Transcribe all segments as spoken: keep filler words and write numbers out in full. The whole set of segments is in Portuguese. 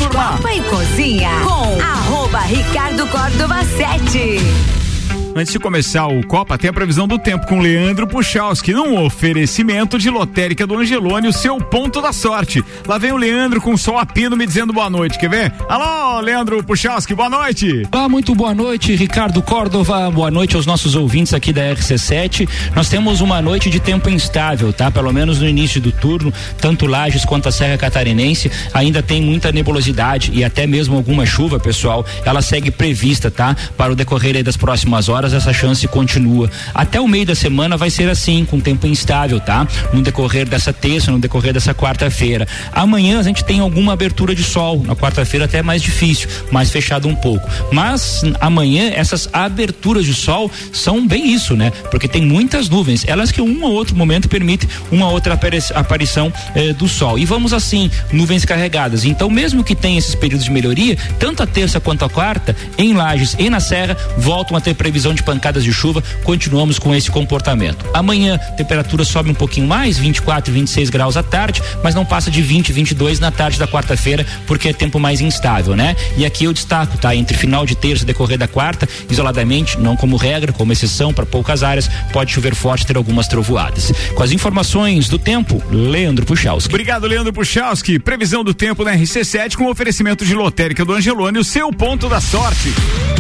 turma. Copa e Cozinha com arroba Ricardo Córdova sete. Antes de começar o Copa, tem a previsão do tempo com Leandro Puchalski, num oferecimento de Lotérica do Angelone, o seu ponto da sorte. Lá vem o Leandro com sol a pino me dizendo boa noite, quer ver? Alô, Leandro Puchalski, boa noite. Olá, muito boa noite, Ricardo Córdova, boa noite aos nossos ouvintes aqui da R C sete. Nós temos uma noite de tempo instável, tá? Pelo menos no início do turno, tanto Lages quanto a Serra Catarinense ainda tem muita nebulosidade e até mesmo alguma chuva, pessoal. Ela segue prevista, tá? Para o decorrer aí das próximas horas. Essa chance continua. Até o meio da semana vai ser assim, com tempo instável, tá? No decorrer dessa terça, no decorrer dessa quarta-feira. Amanhã a gente tem alguma abertura de sol. Na quarta-feira até é mais difícil, mais fechado um pouco. Mas amanhã essas aberturas de sol são bem isso, né? Porque tem muitas nuvens. Elas que um ou outro momento permitem uma outra aparição eh, do sol. E vamos assim, nuvens carregadas. Então, mesmo que tenha esses períodos de melhoria, tanto a terça quanto a quarta, em Lages e na Serra, voltam a ter previsão de pancadas de chuva, continuamos com esse comportamento. Amanhã, temperatura sobe um pouquinho mais, vinte e quatro, vinte e seis graus à tarde, mas não passa de vinte, vinte e dois na tarde da quarta-feira, porque é tempo mais instável, né? E aqui eu destaco, tá? Entre final de terça e decorrer da quarta, isoladamente, não como regra, como exceção para poucas áreas, pode chover forte, ter algumas trovoadas. Com as informações do tempo, Leandro Puchalski. Obrigado, Leandro Puchalski. Previsão do tempo na R C sete com oferecimento de Lotérica do Angelone, o seu ponto da sorte.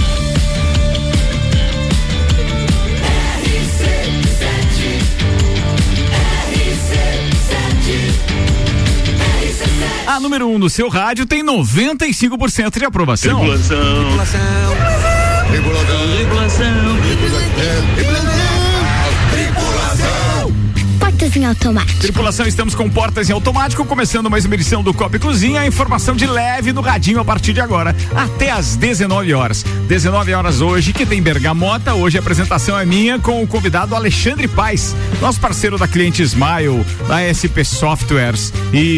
A número um no seu rádio tem noventa e cinco por cento de aprovação. Tripulação. Tripulação. Tripulação. Tripulação. Tripulação. Portas em automático. Tripulação, estamos com portas em automático, começando mais uma edição do Copa e Cozinha. A informação de leve no radinho a partir de agora, até às dezenove horas. dezenove horas hoje, que tem Bergamota. Hoje a apresentação é minha com o convidado Alexandre Paes, nosso parceiro da Cliente Smile, da S P Softwares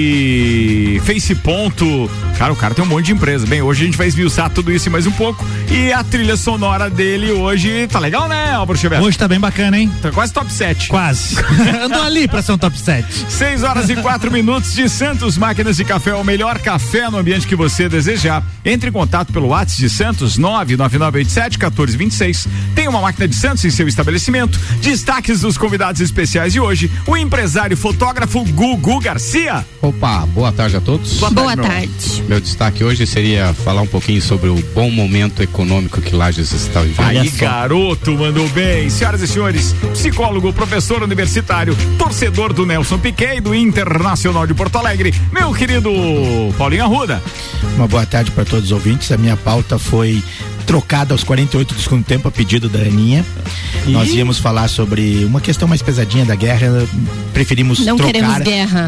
e Face Ponto. Cara, o cara tem um monte de empresa. Bem, hoje a gente vai esmiuçar tudo isso e mais um pouco. E a trilha sonora dele hoje tá legal, né, Álvaro Xavier? Hoje tá bem bacana, hein? Tá quase top sete. Quase. Andou ali pra ser um top sete. seis horas e quatro minutos de Santos Máquinas de Café, o melhor café no ambiente que você desejar. Entre em contato pelo WhatsApp de Santos, nove nove nove oito sete um quatro dois seis. Tem uma máquina de Santos em seu estabelecimento. Destaques dos convidados especiais de hoje, o empresário fotógrafo Gugu Garcia. Opa, boa tarde a todos. Boa, boa tarde. tarde. Meu, meu destaque hoje seria falar um pouquinho sobre o bom momento econômico que Lages está vivendo. Aí, garoto, mandou bem. Senhoras e senhores, psicólogo, professor universitário, torcedor do Nelson Piquet e do Internacional de Porto Alegre, meu querido Paulinho Arruda. Uma boa tarde para todos os ouvintes. A minha pauta foi trocada aos quarenta e oito do segundo tempo a pedido da Aninha. E? Nós íamos falar sobre uma questão mais pesadinha da guerra. Preferimos não trocar guerra.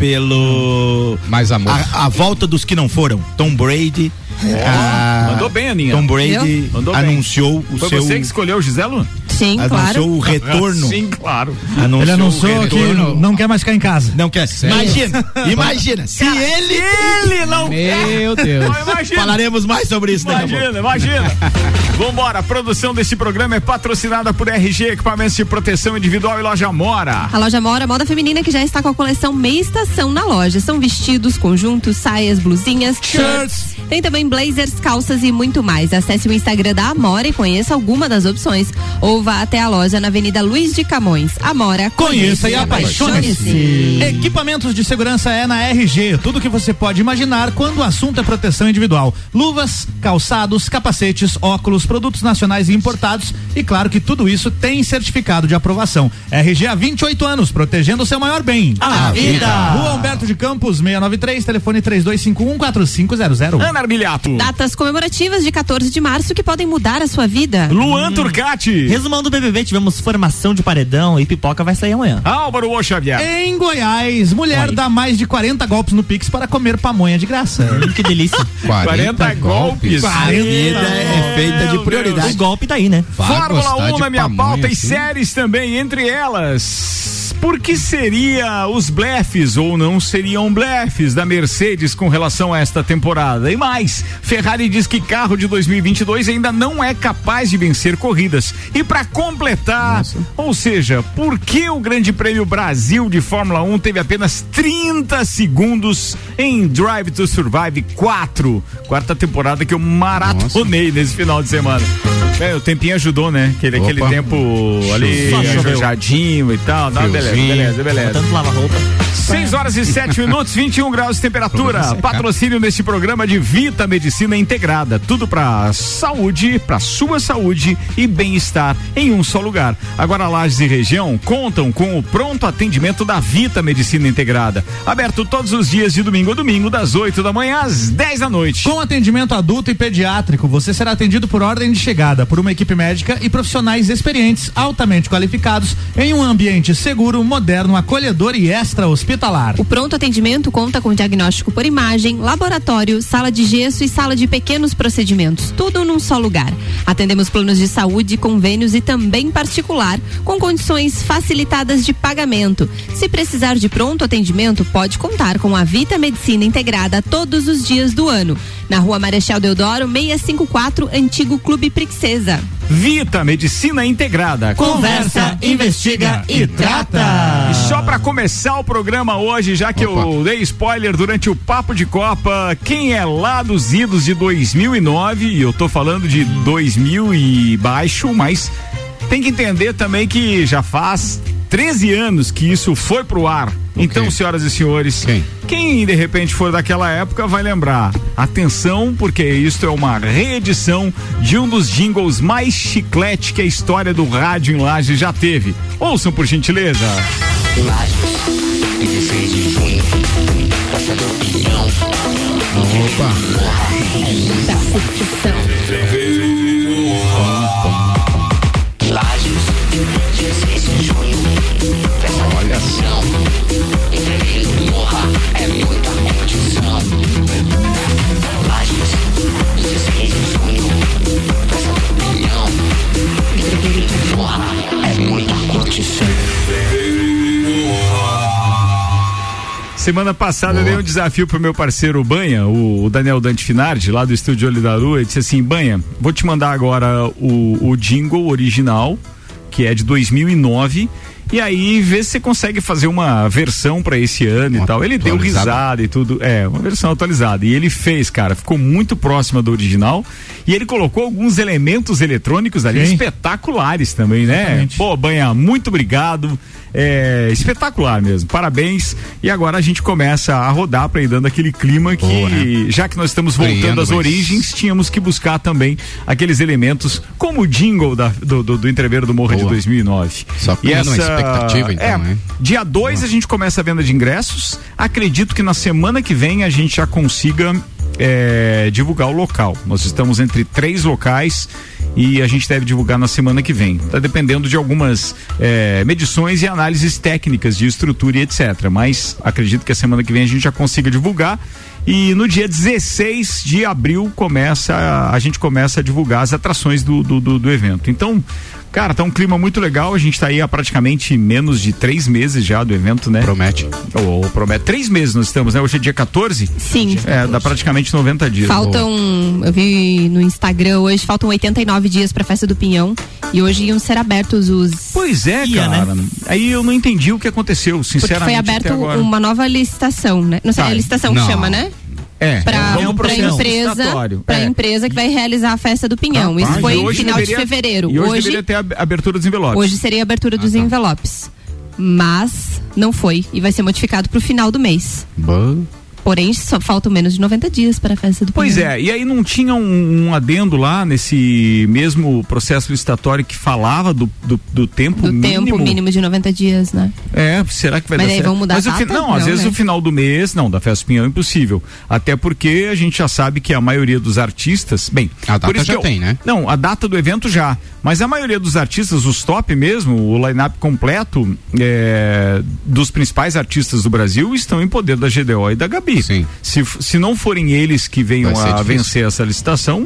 pelo mais amor. A, a volta dos que não foram. Tom Brady. Oh, a, mandou bem, Aninha. Tom Brady anunciou bem. o Foi seu. Foi você que escolheu o Giselo? Sim, anunciou claro. o retorno. Sim, claro. Anunciou ele anunciou que não quer mais ficar em casa. Não quer. Sério? Imagina, imagina. Se Cara, ele, ele não Meu quer. Deus. Não, imagina. Falaremos mais sobre isso, né? Imagina, imagina. Vambora, a produção desse programa é patrocinada por R G Equipamentos de Proteção Individual e Loja Mora. A Loja Mora, moda feminina, que já está com a coleção meia estação na loja. São vestidos, conjuntos, saias, blusinhas, shirts. Tem também blazers, calças e muito mais. Acesse o Instagram da Amora e conheça alguma das opções. Ou vá até a loja na Avenida Luiz de Camões. Amora, conheça, conheça e apaixone-se. Equipamentos de segurança é na R G. Tudo que você pode imaginar quando o assunto é proteção individual. Luvas, calçados, capacetes, óculos, produtos nacionais e importados. E claro que tudo isso tem certificado de aprovação. R G há vinte e oito anos, protegendo o seu maior bem. A vida. Rua Humberto de Campos, seiscentos e noventa e três, telefone três dois cinco um, quatro cinco zero zero. Ana Armiliato. Datas comemorativas de quatorze de março que podem mudar a sua vida. Luan hum. Turcati. Resumão do B B B, tivemos formação de paredão e pipoca vai sair amanhã. Álvaro O. Xavier. Em Goiás, mulher Oi. dá mais de quarenta golpes no Pix para comer pamonha de graça. Hum, que delícia. quarenta golpes. A vida é feita de prioridade. O golpe tá aí, né? Fórmula um na minha pauta e séries também, entre elas Por que seria os blefes ou não seriam blefes da Mercedes com relação a esta temporada? E mais, Ferrari diz que carro de dois mil e vinte e dois ainda não é capaz de vencer corridas. E para completar, Nossa. ou seja, por que o Grande Prêmio Brasil de Fórmula um teve apenas trinta segundos em Drive to Survive quatro, quarta temporada que eu maratonei Nossa. nesse final de semana. É, o tempinho ajudou, né? Aquele, aquele tempo ali, ajojadinho e tal. Não, beleza, beleza, beleza. Tanto lava roupa. seis horas e sete minutos, vinte e um graus de temperatura. Patrocínio neste programa de Vita Medicina Integrada. Tudo pra saúde, pra sua saúde e bem-estar em um só lugar. Agora Lages e região contam com o pronto atendimento da Vita Medicina Integrada. Aberto todos os dias de domingo a domingo, das oito da manhã às dez da noite. Com atendimento adulto e pediátrico, você será atendido por ordem de chegada por uma equipe médica e profissionais experientes, altamente qualificados, em um ambiente seguro, moderno, acolhedor e extra-hospitalar. O pronto atendimento conta com diagnóstico por imagem, laboratório, sala de gesso e sala de pequenos procedimentos, tudo num só lugar. Atendemos planos de saúde, convênios e também particular, com condições facilitadas de pagamento. Se precisar de pronto atendimento, pode contar com a Vita Medicina Integrada todos os dias do ano. Na Rua Marechal Deodoro, seiscentos e cinquenta e quatro, Antigo Clube Princesa. Vita Medicina Integrada. Conversa, investiga e trata. E só pra começar o programa hoje, já que Opa. eu dei spoiler durante o Papo de Copa, quem é lá dos idos de dois mil e nove, e eu tô falando de dois mil e baixo, mas tem que entender também que já faz treze anos que isso foi pro ar. Okay. Então, senhoras e senhores, quem? quem de repente for daquela época vai lembrar. Atenção, porque isto é uma reedição de um dos jingles mais chiclete que a história do rádio em Lages já teve. Ouçam, por gentileza. Lages, dezesseis de junho, Praça do Pinhão. Opa. Da curtição. Lages, dezesseis de junho, olha só. Entrevista morra, é muita condição. Lages, dezesseis de junho, Praça do Pinhão. Entrevista morra, é muita condição. Semana passada Boa. eu dei um desafio pro meu parceiro Banha, o, o Daniel Dante Finardi, lá do Estúdio Olho da Lua. Ele disse assim: Banha, vou te mandar agora o, o jingle original, que é de dois mil e nove, e aí vê se você consegue fazer uma versão pra esse ano uma e tal. Ele deu risada e tudo, é, uma versão atualizada. E ele fez, cara, ficou muito próxima do original, e ele colocou alguns elementos eletrônicos ali Sim. espetaculares também, né? Exatamente. Pô, Banha, muito obrigado. É espetacular mesmo, parabéns. E agora a gente começa a rodar para ir dando aquele clima que, Boa, né? já que nós estamos voltando às origens, tínhamos que buscar também aqueles elementos como o jingle da, do, do, do Entreveiro do Morro Boa. de dois mil e nove. Só que essa expectativa, então, é, né? Dia dois a gente começa a venda de ingressos. Acredito que na semana que vem a gente já consiga é, divulgar o local. Nós estamos entre três locais e a gente deve divulgar na semana que vem. Tá dependendo de algumas é, medições e análises técnicas de estrutura e etcétera. Mas acredito que a semana que vem a gente já consiga divulgar. E no dia dezesseis de abril começa, a gente começa a divulgar as atrações do, do, do, do evento. Então, cara, tá um clima muito legal. A gente tá aí há praticamente menos de três meses já do evento, né? Promete. Oh, oh, promete. Três meses nós estamos, né? Hoje é dia quatorze? Sim. É, dá praticamente noventa dias. Faltam, oh. eu vi no Instagram hoje, faltam oitenta e nove dias pra Festa do Pinhão. E hoje iam ser abertos os... Pois é, Ia, cara. Né? Aí eu não entendi o que aconteceu, sinceramente. Porque foi aberto uma nova licitação, né? Não sei, tá. é a licitação não. que chama, né? É, pra, é um pra empresa, pra é. empresa que vai realizar a Festa do Pinhão. Rapaz, isso foi no final deveria, de fevereiro. E hoje, hoje deveria ter a abertura dos envelopes. Hoje seria a abertura dos ah, tá. envelopes. Mas não foi e vai ser modificado pro final do mês. Bom. Porém, só faltam menos de noventa dias para a Festa do Pinhão. Pois é, e aí não tinha um, um adendo lá nesse mesmo processo licitatório que falava do, do, do tempo do mínimo? tempo mínimo de noventa dias, né? É, será que vai Mas dar aí certo? Vão mudar Mas a data? O fi... Não, não, às vezes né? o final do mês, não, da Festa do Pinhão é impossível. Até porque a gente já sabe que a maioria dos artistas, bem... A data por isso já que eu... tem, né? Não, a data do evento já, mas a maioria dos artistas, os top mesmo, o line-up completo é, dos principais artistas do Brasil estão em poder da G D O e da Gabi. Sim. Se se não forem eles que venham a vencer essa licitação,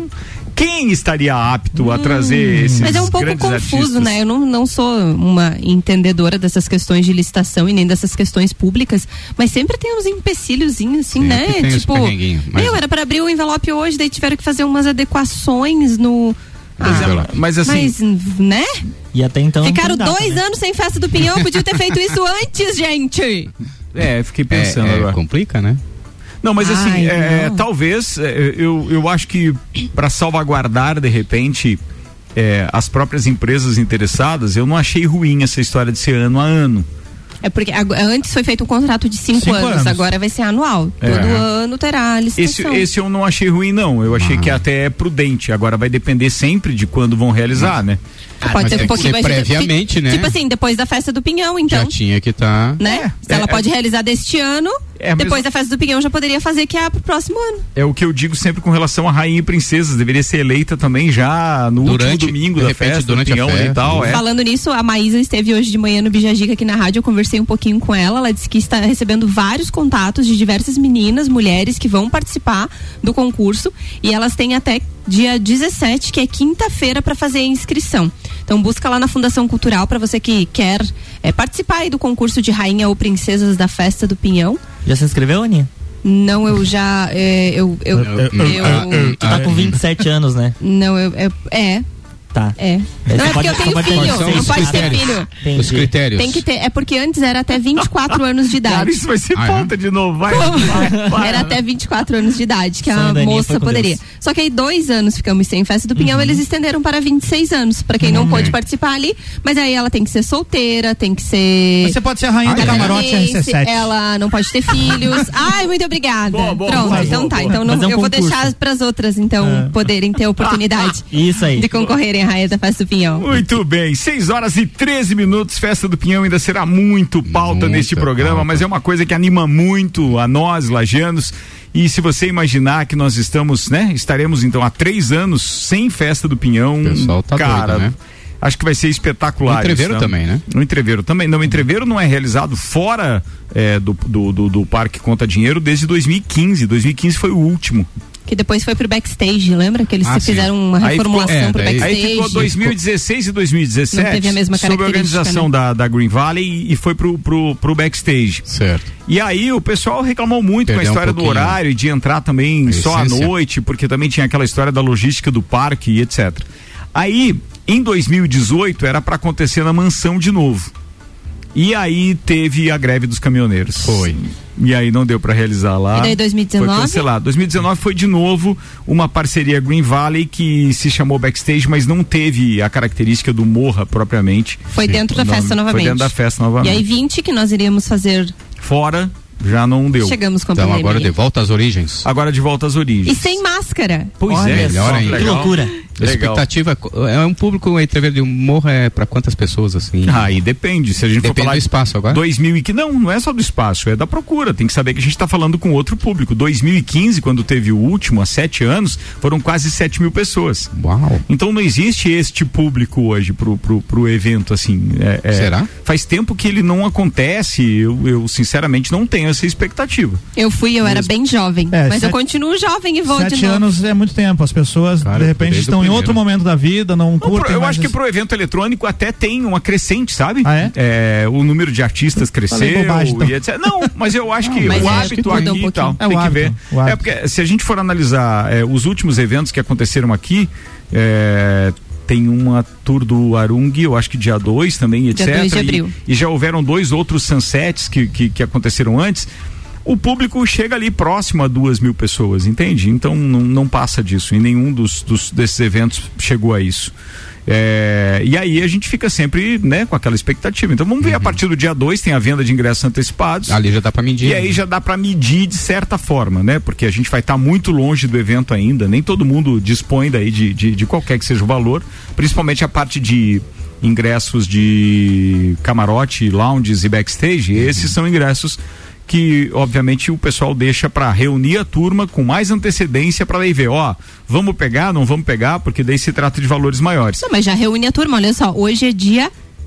quem estaria apto hum. a trazer esses Mas é um pouco confuso, artistas? Né? Eu não, não sou uma entendedora dessas questões de licitação e nem dessas questões públicas, mas sempre tem uns empecilhozinhos assim, Sim, né? Tipo, mas... meu, era para abrir o envelope hoje, daí tiveram que fazer umas adequações no... Ah, mas assim, mas, né? E até então ficaram data, dois né? anos sem festa do Pinhão, podia ter feito isso antes, gente. É, fiquei pensando é, é, agora. Complica, né? Não, mas assim, Ai, é, não. talvez é, eu, eu acho que para salvaguardar de repente é, as próprias empresas interessadas, eu não achei ruim essa história de ser ano a ano. É porque antes foi feito um contrato de cinco, cinco anos, anos, agora vai ser anual. É. Todo ano terá a Esse, licitação. esse eu não achei ruim, não. Eu achei ah. que até é prudente. Agora vai depender sempre de quando vão realizar, né? Ah, pode mas ser um tem pouquinho que ser mais previamente, de, né? Tipo assim, depois da festa do Pinhão, então. Já tinha que estar. Tá... Né? É, Se ela é, pode é, realizar deste ano, é depois mesmo... da festa do Pinhão já poderia fazer que é pro próximo ano. É o que eu digo sempre com relação a Rainha e Princesas. Deveria ser eleita também já no durante, último domingo de da repente, festa durante do Pinhão a festa, e tal. É. Falando nisso, a Maísa esteve hoje de manhã no Bijagica aqui na rádio. Eu conversei um pouquinho com ela. Ela disse que está recebendo vários contatos de diversas meninas, mulheres que vão participar do concurso. E elas têm até dia dezessete, que é quinta-feira, para fazer a inscrição. Então busca lá na Fundação Cultural para você que quer é, participar aí do concurso de Rainha ou Princesas da Festa do Pinhão. Já se inscreveu, Aninha? Não, eu já. É, eu, eu, eu, eu, Tu tá com vinte e sete anos, né? Não, eu. eu é. Tá. É. Não é porque eu tenho filho, não pode ter filho. Entendi. Os critérios. Tem que ter, é porque antes era até vinte e quatro anos de idade. Cara, isso vai ser ah, pauta é? de novo, vai, vai, vai. Era até vinte e quatro anos de idade que Sonho a da Aninha moça foi com poderia. Deus. Só que aí dois anos ficamos sem festa do Pinhão, Uhum. eles estenderam para vinte e seis anos, para quem não Uhum. pôde participar ali, mas aí ela tem que ser solteira, tem que ser Você pode ser a rainha do camarote R C sete. ela não pode ter filhos. Ai, muito obrigada. Boa, boa, Pronto, boa, então boa, tá. boa. Então não, Fazer um eu vou concurso. deixar para as outras então É. poderem ter oportunidade Isso aí. de concorrerem à rainha da festa do Pinhão. Muito bem, seis horas e treze minutos, Festa do Pinhão ainda será muito pauta Muita neste programa, pauta. mas é uma coisa que anima muito a nós, lajanos. E se você imaginar que nós estamos, né, estaremos então há três anos sem Festa do Pinhão, O pessoal tá cara, doido, né? acho que vai ser espetacular. O entreveiro isso, também, né? O entreveiro também. Não, o entreveiro não é realizado fora é, do, do, do, do Parque Conta Dinheiro desde dois mil e quinze. dois mil e quinze foi o último. Que depois foi pro backstage, lembra? Que eles Ah, fizeram sim. uma Aí reformulação ficou- é, pro daí- backstage. Aí ficou dois mil e dezesseis e dois mil e dezessete Não teve a mesma sob a característica, organização né? da, da Green Valley e, e foi pro, pro, pro backstage. Certo. E aí o pessoal reclamou muito Perdeu com a história um do pouquinho. horário e de entrar também A só à essência. noite, porque também tinha aquela história da logística do parque e etcétera. Aí, em dois mil e dezoito, era para acontecer na mansão de novo. E aí teve a greve dos caminhoneiros. Foi. E aí não deu para realizar lá. E daí dois mil e dezenove? Foi cancelado. dois mil e dezenove foi de novo uma parceria Green Valley que se chamou Backstage, mas não teve a característica do Morra propriamente. Foi dentro da Não, festa novamente. Foi dentro da festa novamente. E aí vinte que nós iríamos fazer, Fora, já não deu. chegamos com a Então pandemia. agora de volta às origens. Agora de volta às origens. E sem máscara. Pois Olha, é, melhor só ainda. Que legal. loucura. A Legal. expectativa é um público, o entreveiro de humor é pra quantas pessoas assim? Aí depende, se a gente for Depende falar do espaço agora. dois mil e quinze, não, não é só do espaço, é da procura, tem que saber que a gente está falando com outro público. dois mil e quinze, quando teve o último, há sete anos, foram quase sete mil pessoas. Uau. Então não existe este público hoje pro, pro, pro evento, assim. É, é, Será? Faz tempo que ele não acontece, eu, eu sinceramente não tenho essa expectativa. Eu fui, eu era Mesmo. bem jovem. É, mas eu sete- continuo jovem e vou de Sete novo. anos é muito tempo. As pessoas, Cara, de eu repente, desde o estão em primeiro. outro momento da vida, não Não, curtem pro- eu mais acho que esse- pro evento eletrônico até tem uma crescente, sabe? Ah, é? É, o número de artistas Falei cresceu bobagem, então. e etcétera. Não, mas eu acho que mas o é, hábito acho que muda um aqui e tal, pouquinho. É, tem o que hábito, ver. o hábito. É porque se a gente for analisar é, os últimos eventos que aconteceram aqui, é, tem uma tour do Arung, eu acho que dia dois também, Dia etcétera. dois de E- abril. E, já houveram dois outros sunsets que, que, que aconteceram antes. O público chega ali próximo a duas mil pessoas, entende? Então não, não passa disso. E nenhum dos, dos desses eventos chegou a isso. É, e aí a gente fica sempre, né, com aquela expectativa. Então vamos ver, a partir do dia dois tem a venda de ingressos antecipados. Ali já dá pra medir. E aí já dá para medir de certa forma, né? Porque a gente vai estar muito longe do evento ainda, nem todo mundo dispõe daí de, de, de qualquer que seja o valor, principalmente a parte de ingressos de camarote, lounges e backstage. Uhum. Esses são ingressos que obviamente o pessoal deixa para reunir a turma com mais antecedência para daí ver, ó, vamos pegar, não vamos pegar, porque daí se trata de valores maiores. Não, mas já reúne a turma, olha só, hoje é dia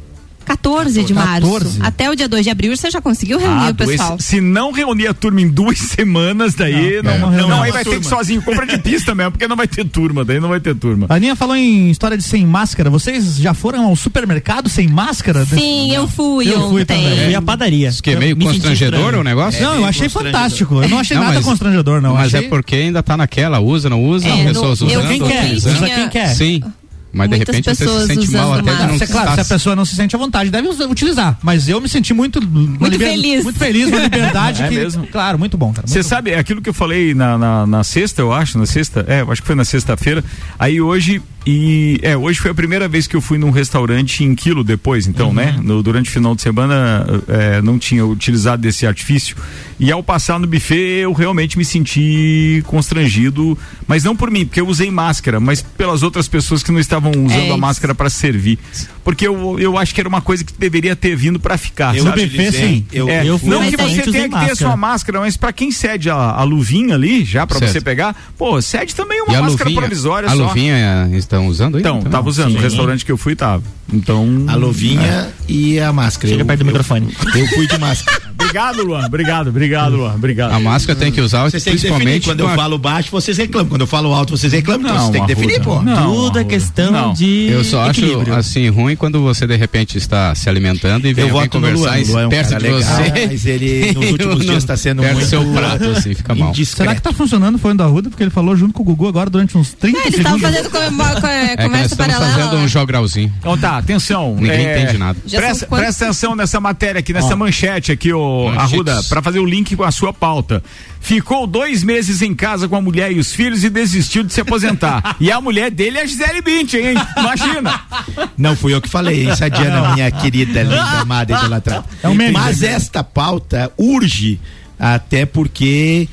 quatorze de março. quatorze. Até o dia dois de abril você já conseguiu reunir Ah, o pessoal. dois, se não reunir a turma em duas semanas, daí não, não, é, não, não aí é vai ter turma. que ir sozinho, compra de pista mesmo, porque não vai ter turma, daí não vai ter turma. A Aninha falou em história de sem máscara. Vocês já foram ao supermercado sem máscara? Sim, eu fui Eu fui ontem. também. Eu fui à padaria. Isso que é meio Me senti constrangedor estranho. o negócio? Não, eu achei fantástico. Eu não achei Não, nada mas- constrangedor, não. Mas achei... é porque ainda tá naquela, usa, não usa, É, pessoas no- eu usando, Quem quer? outras Tinha- usando. Usa quem quer. Sim. Mas de Muitas repente você se pessoas sente mal usando até de máscara. não Isso é claro, se a estar- pessoa não se sente à vontade, deve usar- utilizar. Mas eu me senti muito muito feliz. Muito feliz, uma liberdade É que, mesmo? claro, muito bom, cara. Você muito sabe, é aquilo que eu falei na, na, na sexta, eu acho, na sexta, é, eu acho que foi na sexta-feira, aí hoje, e, é, hoje foi a primeira vez que eu fui num restaurante em quilo depois, então, Uhum. né, no, durante o final de semana, é, não tinha utilizado desse artifício, e ao passar no buffet, eu realmente me senti constrangido, mas não por mim, porque eu usei máscara, mas pelas outras pessoas que não estavam usando É a isso. máscara para servir, porque eu, eu acho que era uma coisa que deveria ter vindo para ficar, Eu sabe? buffet, sim. Eu, É, eu fui não no que restaurante, você usei tenha que ter a máscara. sua máscara, mas pra quem cede a, a luvinha ali, já pra Certo. você pegar, pô, cede também uma E a máscara luvinha, provisória a só. luvinha estão usando aí? Então, tava usando, no restaurante que eu fui tava. Então. a luvinha e a máscara. Chega eu, perto do eu- microfone. Eu fui de máscara. Obrigado, Luan. Obrigado, obrigado, Luan. Obrigado. A máscara tem que usar, Vocês têm que definir. principalmente Quando eu com a- falo baixo, vocês reclamam. Quando eu falo alto, vocês reclamam. Então Não, vocês têm que definir, Arruda, pô. não. Tudo é Arruda. questão Não. de Eu só acho equilíbrio. assim ruim quando você de repente está se alimentando e vem Eu alguém voto no Luan. conversar O Luan é um perto cara de legal, você. mas ele nos últimos No- dias está sendo perto do muito seu prato, assim, fica mal. indiscreto. Será que tá funcionando o fone da Arruda? Porque ele falou junto com o Gugu agora durante uns trinta É, eles estavam segundos. fazendo comemo- co- É que nós conversa estamos paralela. fazendo um lá. jograuzinho. Então tá, atenção. Ninguém é, entende nada. Já Presta, são quantos- presta atenção nessa matéria aqui, nessa Ó. manchete aqui, ô Manchetes. Arruda, pra fazer o link com a sua pauta. Ficou dois meses em casa com a mulher e os filhos e desistiu de se aposentar. E a mulher dele é a Gisele Bündchen, hein? Imagina. Não fui eu que falei, hein, Sadiana, minha querida, linda, amada, idolatrada. É um meme. Mas esta pauta urge, até porque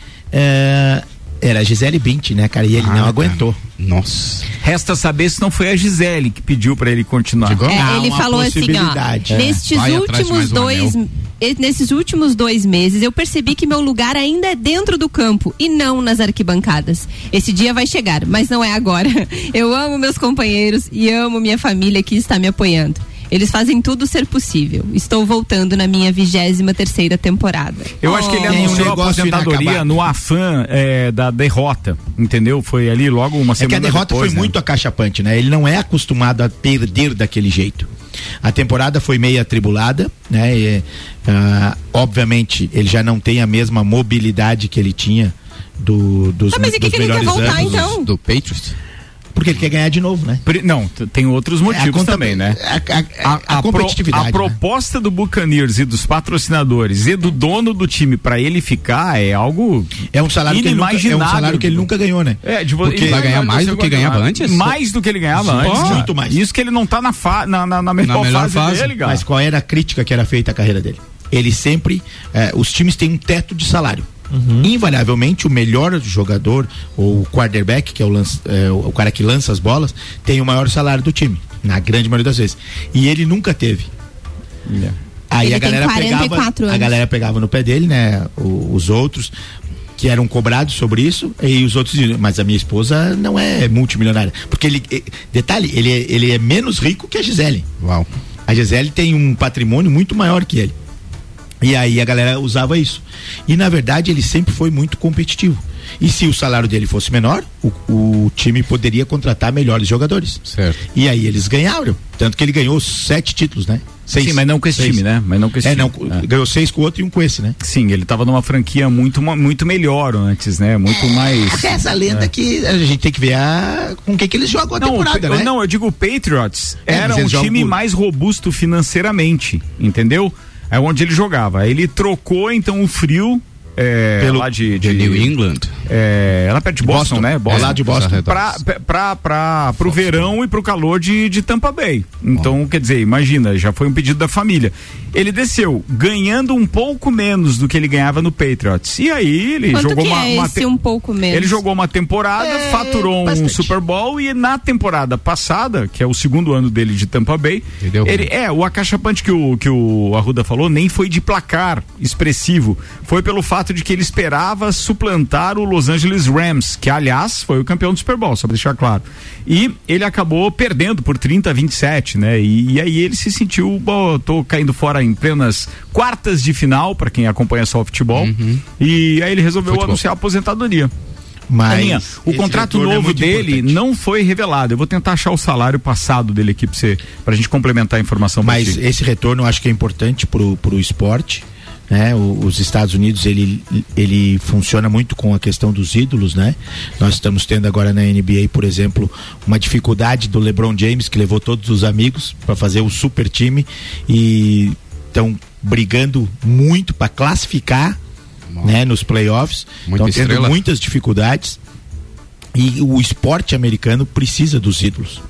é, era a Gisele Bündchen, né, cara? E ele Ah, não cara. aguentou. Nossa. Resta saber se não foi a Gisele que pediu pra ele continuar. Chegou? É, Há ele uma falou assim, ó, possibilidade. É. nestes Vai atrás de últimos mais um dois, anel. e- nesses últimos dois meses, eu percebi que meu lugar ainda é dentro do campo e não nas arquibancadas. Esse dia vai chegar, mas não é agora. Eu amo meus companheiros e amo minha família que está me apoiando. Eles fazem tudo ser possível. Estou voltando na minha vigésima terceira temporada. Eu acho que ele Tem um anunciou a negócio aposentadoria inacabado. no afã é, da derrota, entendeu? Foi ali logo uma É semana que a derrota depois, foi né? muito acachapante, né? Ele não é acostumado a perder daquele jeito. A temporada foi meio atribulada, né? E, ah, obviamente, ele já não tem a mesma mobilidade que ele tinha do, dos, Ah, mas e que dos que ele quer melhores voltar, anos. então? Do Patriots? Porque ele quer ganhar de novo, né? Pri- Não, t- tem outros motivos É, a conta- também, né? A, a- a- a pro- competitividade. a né? proposta do Buccaneers e dos patrocinadores e do dono do time pra ele ficar é algo É um salário que ele nunca, é um inimaginável. salário que ele nunca ganhou, né? É, de vo- Porque ele vai ganhar mais do que ganhava antes? Mais do que ele ganhava Sim, antes. muito mais. Isso que ele não tá na, fa- na, na, na melhor, melhor fase, fase. dele, cara. Mas qual era a crítica que era feita à carreira dele? Ele sempre, eh, os times têm um teto de salário. Invariavelmente o melhor jogador, ou o quarterback, que é o, lança, eh, o cara que lança as bolas, tem o maior salário do time, na grande maioria das vezes. E ele nunca teve. Yeah. Aí Ele a tem galera quarenta e pegava, quatro a anos. galera pegava no pé dele, né? O- os outros que eram cobrados sobre isso, e os outros diziam, mas a minha esposa não é multimilionária, porque ele, eh, detalhe, ele é, ele é menos rico que a Gisele. Uau. A Gisele tem um patrimônio muito maior que ele. E aí a galera usava isso. E na verdade ele sempre foi muito competitivo. E se o salário dele fosse menor, o, o time poderia contratar melhores jogadores. Certo. E aí eles ganharam. Tanto que ele ganhou sete títulos, né? Seis. Sim, mas não com esse Seis. time, né? Mas não com esse É, time. não, É. ganhou seis com o outro e um com esse, né? Sim, ele tava numa franquia muito, muito melhor antes, né? Muito mais. Até essa lenda que a gente tem que ver a, com o que, que eles jogam a Não, temporada, o, né? não, eu digo o Patriots É, era mas um eles jogam time por- mais robusto financeiramente, entendeu? É onde ele jogava. Ele trocou então o frio é, Pelo- lá de, De de New England. é, lá perto de Boston, Boston. né? É, lá de Boston. Pra, pra, pra, pro verão e pro calor de, de Tampa Bay. Então, quer dizer, imagina, já foi um pedido da família. Ele desceu ganhando um pouco menos do que ele ganhava no Patriots. E aí ele Quanto jogou que uma, é uma esse te- um pouco menos? Ele jogou uma temporada, É, faturou um bastante. Super Bowl e na temporada passada, que é o segundo ano dele de Tampa Bay, Ele deu ele ruim. é o acachapante que o que o Arruda falou nem foi de placar expressivo, foi pelo fato fato de que ele esperava suplantar o Los Angeles Rams, que aliás foi o campeão do Super Bowl, só pra deixar claro. E ele acabou perdendo por trinta a vinte e sete, né? E, e aí ele se sentiu, bom, tô caindo fora em plenas quartas de final, pra quem acompanha só o futebol. Uhum. E aí ele resolveu futebol. anunciar a aposentadoria. Mas Aninha, o contrato novo é dele importante. Não foi revelado. Eu vou tentar achar o salário passado dele aqui pra, você, pra gente complementar a informação. Mas esse retorno eu acho que é importante pro, pro esporte, né? O, os Estados Unidos, ele, ele funciona muito com a questão dos ídolos, né? Nós estamos tendo agora na N B A, por exemplo, uma dificuldade do LeBron James, que levou todos os amigos para fazer o super time e estão brigando muito para classificar, né, nos playoffs, estão tendo muitas dificuldades e o esporte americano precisa dos ídolos.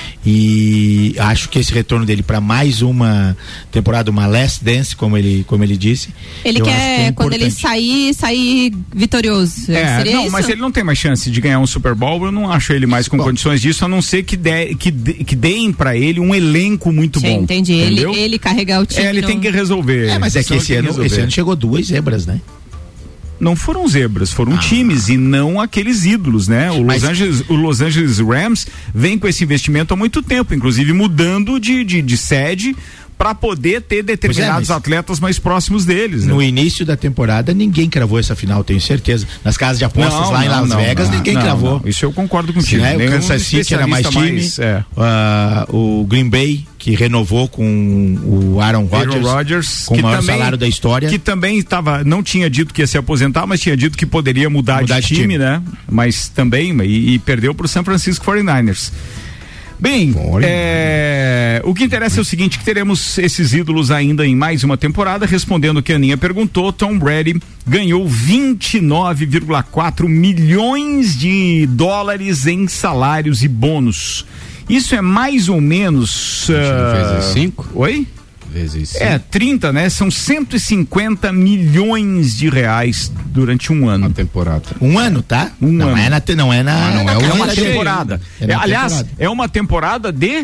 E acho que esse retorno dele para mais uma temporada, uma last dance, como ele, como ele disse. Ele quer, que é quando ele sair, sair vitorioso. É, Seria não, isso? mas ele não tem mais chance de ganhar um Super Bowl. Eu não acho ele mais com bom. condições disso, a não ser que, de, que, de, que deem para ele um elenco muito Sim, bom. Entendi. Ele, ele carregar o time. É, ele não... tem que resolver. É, mas é que esse ano, esse ano chegou duas zebras, né? Não foram zebras, foram ah. times e não aqueles ídolos, né? O, Mas... Los Angeles, o Los Angeles Rams vem com esse investimento há muito tempo, inclusive mudando de, de, de sede para poder ter determinados é, atletas mais próximos deles. No né? início da temporada, ninguém cravou essa final, tenho certeza. Nas casas de apostas não, lá não, em Las não, Vegas, não, ninguém cravou. Isso eu concordo contigo. Né? O Kansas City era mais time, mais, é. uh, o Green Bay, que renovou com o Aaron Rodgers, Rodgers com o maior também, salário da história. Que também estava, não tinha dito que ia se aposentar, mas tinha dito que poderia mudar, mudar de, de time, time, né? Mas também, e, e perdeu para o San Francisco forty-niners. Bem, é, o que interessa é o seguinte, que teremos esses ídolos ainda em mais uma temporada. Respondendo o que a Aninha perguntou, Tom Brady ganhou vinte e nove vírgula quatro milhões de dólares em salários e bônus. Isso é mais ou menos... Uh, vezes cinco? Oi? Vezes cinco. É, trinta, né? São cento e cinquenta milhões de reais durante um ano. Uma temporada. Um ano, tá? Um não ano. É na, não é na... Não, não é, na é uma temporada. É na Aliás, temporada. é uma temporada de...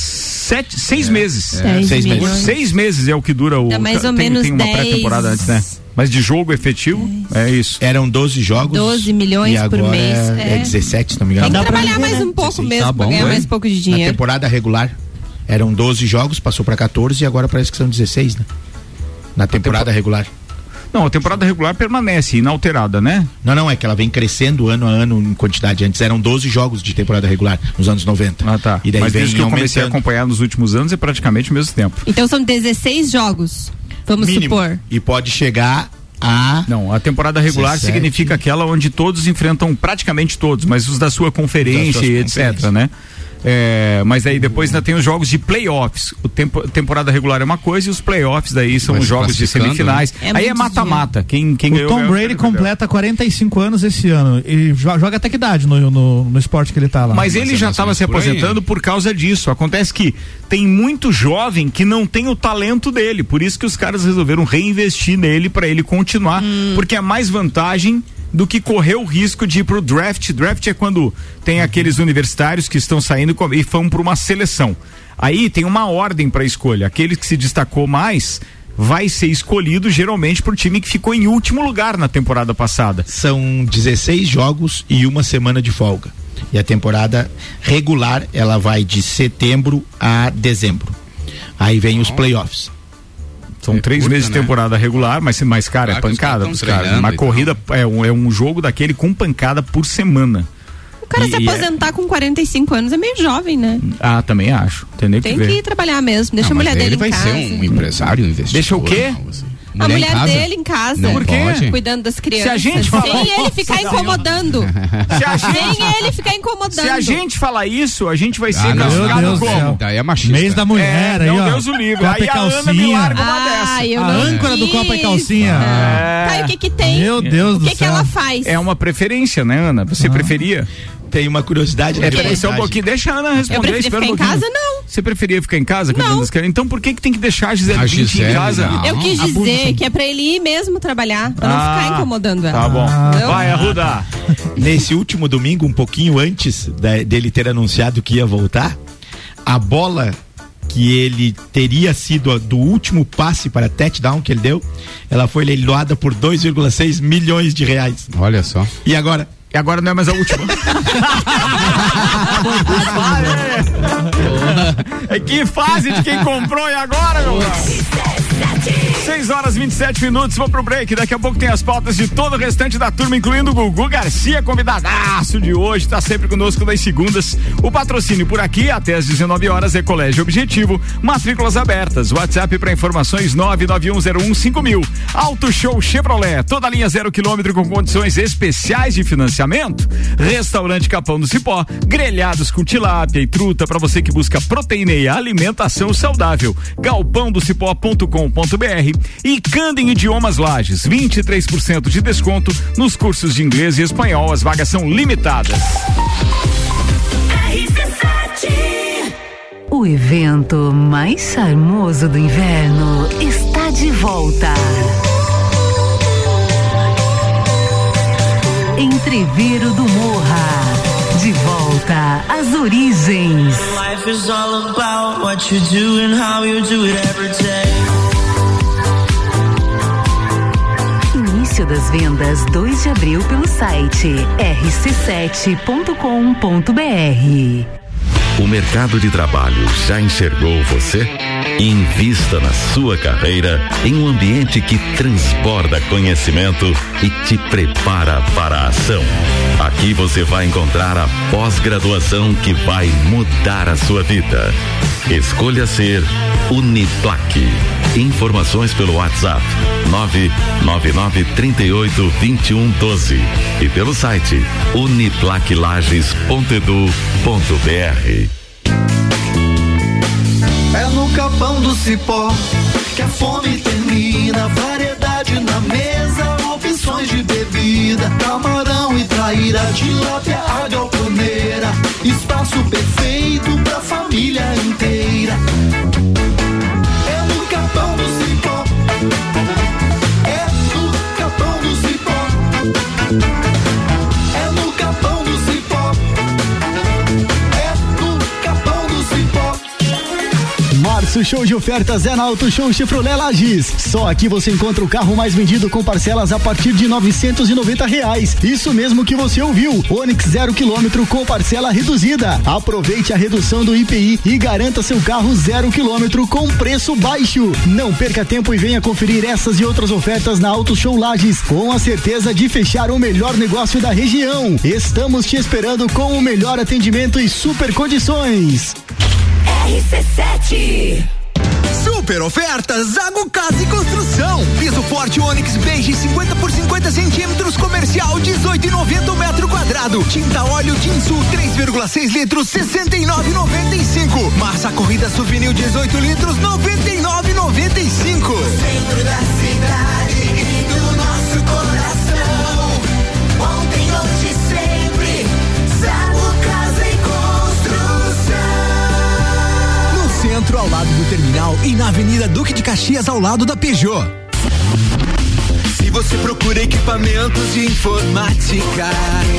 Sete, seis é, meses. É. Seis, seis meses. meses. Seis meses é o que dura o. Dá mais ou tem, menos tem uma dez... pré-temporada antes, né? Mas de jogo efetivo, dez. É isso. Eram doze jogos. doze milhões e por mês. É, é dezessete, se não me engano. Tem que trabalhar mais um pouco mesmo, tá bom, pra ganhar é? mais pouco de dinheiro. Na temporada regular eram doze jogos, passou pra quatorze e agora parece que são dezesseis, né? Na temporada tempo... regular. Não, a temporada regular permanece inalterada, né? Não, não, é que ela vem crescendo ano a ano em quantidade. Antes eram doze jogos de temporada regular, nos anos noventa. Ah, tá. E daí Mas vem desde que eu aumentando. comecei a acompanhar nos últimos anos é praticamente o mesmo tempo. Então são dezesseis jogos, vamos Mínimo. supor. E pode chegar a... Não, a temporada regular dezessete. Significa aquela onde todos enfrentam, praticamente todos, mas os da sua conferência e etcétera, né? É, mas aí depois ainda tem os jogos de playoffs. O tempo, temporada regular é uma coisa e os playoffs daí são os jogos de semifinais. É aí é mata-mata. Quem, quem o ganhou, Tom ganhou, Brady completa quarenta e cinco anos esse ano. E joga até que idade no, no, no esporte que ele tá lá. Mas ele já estava se aposentando por causa disso. Acontece que tem muito jovem que não tem o talento dele. Por isso que os caras resolveram reinvestir nele para ele continuar. Hum. Porque é mais vantagem do que correr o risco de ir pro draft. Draft é quando tem aqueles universitários que estão saindo e vão para uma seleção. Aí tem uma ordem para escolha. Aquele que se destacou mais vai ser escolhido geralmente por time que ficou em último lugar na temporada passada. São dezesseis jogos e uma semana de folga. E a temporada regular, ela vai de setembro a dezembro. Aí vem os playoffs. São é três curta, meses de né? temporada regular, mas, mas cara, claro, é pancada pros caras. Uma corrida é um, é um jogo daquele com pancada por semana. O cara e, se aposentar é... com quarenta e cinco anos é meio jovem, né? Ah, também acho. Tem, Tem que, que ir trabalhar mesmo. Deixa não, a mulher dele em casa. Ele vai ser um empresário, um investidor. Deixa o quê? Não, assim. A mulher, mulher dele em casa. Não, por quê? Pode. Cuidando das crianças. Se a gente falar... Sem ele ficar incomodando. Se a gente... Sem ele ficar incomodando. Se a gente falar isso, a gente vai ser ah, castigado como? Daí é machista. Mês da mulher, é, aí, não, ó. Deus o livre. Copa aí a Ana me larga uma ah, dessa. Eu a não âncora quis. do Copa e Calcinha. É. Tá, e o que que tem? Meu Deus o do que céu. que ela faz? É uma preferência, né, Ana? Você ah. preferia? Tem uma curiosidade. É, peraí, só um pouquinho. Deixa a Ana responder. Eu preferia ficar um em casa, não. Você preferia ficar em casa? Não. Então por que que tem que deixar a Gisele, a Gisele em casa? Não. Eu quis dizer que é pra ele ir mesmo trabalhar, pra ah, não ficar incomodando ela. Tá bom. Ah. Vai, Arruda. Nesse último domingo, um pouquinho antes da, dele ter anunciado que ia voltar, a bola que que ele teria sido a, do último passe para touchdown que ele deu, ela foi leiloada por dois vírgula seis milhões de reais. Olha só. E agora? E agora não é mais a última. É que fase de quem comprou e agora, meu irmão? seis horas e vinte e sete minutos, vou pro break. Daqui a pouco tem as pautas de todo o restante da turma, incluindo o Gugu Garcia, convidadaço de hoje, tá sempre conosco das segundas. O patrocínio por aqui até às dezenove horas é Colégio Objetivo, matrículas abertas. WhatsApp para informações nove nove um zero um cinco mil. Auto Show Chevrolet, toda linha zero quilômetro com condições especiais de financiamento. Restaurante Capão do Cipó, grelhados com tilápia e truta para você que busca proteína e alimentação saudável. galpão do cipó ponto com ponto br e Candem Idiomas Lages, vinte e três por cento de desconto nos cursos de inglês e espanhol, as vagas são limitadas. O evento mais charmoso do inverno está de volta. Entreveiro do Morra, de volta às origens. Life is all about what you do and how you do it every day. Início das vendas dois de abril pelo site r c sete ponto com ponto b r. O mercado de trabalho já enxergou você? Invista na sua carreira em um ambiente que transborda conhecimento e te prepara para a ação. Aqui você vai encontrar a pós-graduação que vai mudar a sua vida. Escolha ser Uniplac. Informações pelo WhatsApp nove nove nove, três oito, dois um um doze e pelo site uniplaclages ponto edu ponto b r. É no Capão do Cipó que a fome termina, variedade na mesa, opções de bebida, camarão e traíra, tilápia, a galponeira, espaço perfeito pra família inteira. É no Capão do Cipó, é no Capão do Cipó, é no Capão do Cipó, é no Capão do Cipó. Março show de ofertas é na Auto Show Chevrolet Lages. Só aqui você encontra o carro mais vendido com parcelas a partir de novecentos e noventa reais. Isso mesmo que você ouviu. Onix zero quilômetro com parcela reduzida. Aproveite a redução do I P I e garanta seu carro zero quilômetro com preço baixo. Não perca tempo e venha conferir essas e outras ofertas na Auto Show Lages, com a certeza de fechar o melhor negócio da região. Estamos te esperando com o melhor atendimento e super condições. R C sete. Super ofertas Zago Casa e Construção. Piso forte Onix Beige cinquenta por cinquenta centímetros comercial dezoito e noventa o metro quadrado. Tinta óleo Tinsul três vírgula seis litros sessenta e nove e noventa e cinco. Massa corrida Suvinil dezoito litros noventa e nove e noventa e cinco. Centro da cidade e do nosso coração. Ontem, hoje, sempre. Zago Casa e Construção. Centro, ao lado do terminal, e na Avenida Duque de Caxias, ao lado da Peugeot. Se você procura equipamentos de informática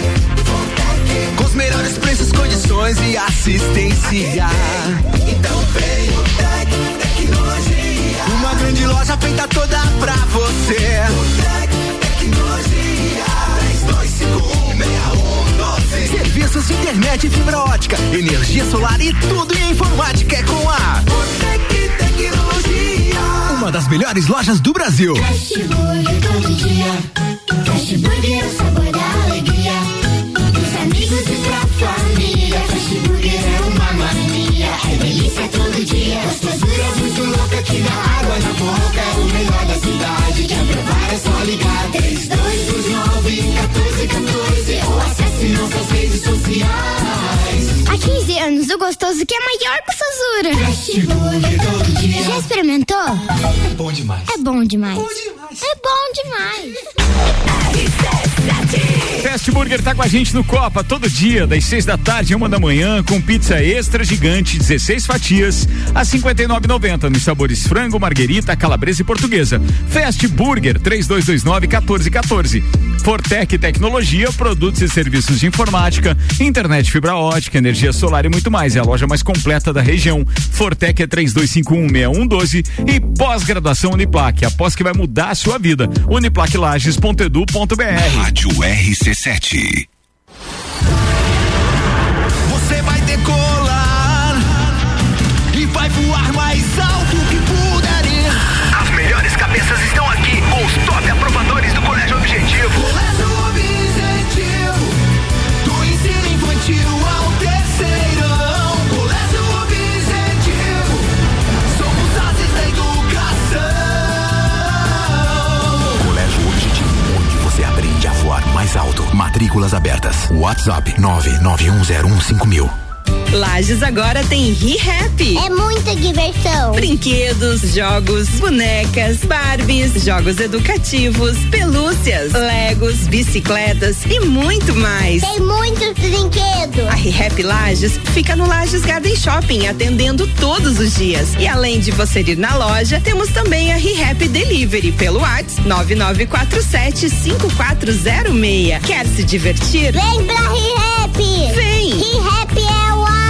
com os melhores preços, condições e assistência, então vem o Tec Tecnologia. Uma grande loja feita toda pra você. O Tec Tecnologia. três dois cinco um, seis um um doze. Serviços de internet e fibra ótica, energia solar e tudo em informática é com a Botec Tecnologia. Uma das melhores lojas do Brasil. Fast Burger todo dia. Fast Burger é o sabor da alegria. Dos amigos e pra família. Fast Burger é uma mania. É delícia todo dia. Gostosura muito louca que dá água na boca. É o melhor da cidade. Quer provar é só ligar. três dois dois nove, um quatro um quatro ou acesse nossas redes sociais. Há quinze anos, o gostoso que é maior que o Sazura. Fast Burger todo dia. Já experimentou? É bom demais. É bom demais. Bom demais. É bom demais. Fast Burger tá com a gente no Copa todo dia, das seis da tarde a uma da manhã, com pizza extra gigante, dezesseis fatias, a cinquenta e nove e noventa nos sabores frango, marguerita, calabresa e portuguesa. Fast Burger, três dois dois nove, um quatro um quatro. Fortec Tecnologia, produtos e serviços de informática, internet fibra ótica, energia solar e muito mais. É a loja mais completa da região. Fortec é três dois cinco um, seis um um doze e pós-graduação Uniplac, após que vai mudar a sua vida. uniplac lages ponto edu ponto br. Rádio R C sete. Você vai decolar e vai voar mais alto que puder ir. As melhores cabeças estão aqui com os top aprovadores do Colégio Objetivo. Colégio Objetivo, do ensino infantil ao terceirão. Colégio Objetivo, somos ases da educação. Colégio Objetivo, onde você aprende a voar mais alto. Matrículas abertas. WhatsApp nove nove um zero um cinco mil. Lages agora tem ReHap. É muita diversão. Brinquedos, jogos, bonecas, Barbies, jogos educativos, pelúcias, Legos, bicicletas e muito mais. Tem muitos brinquedos. A ReHap Lages fica no Lages Garden Shopping, atendendo todos os dias. E além de você ir na loja, temos também a ReHap Delivery pelo WhatsApp nove nove quatro sete cinco quatro zero seis. Quer se divertir? Vem pra ReHap. Vem! ReHap é uau!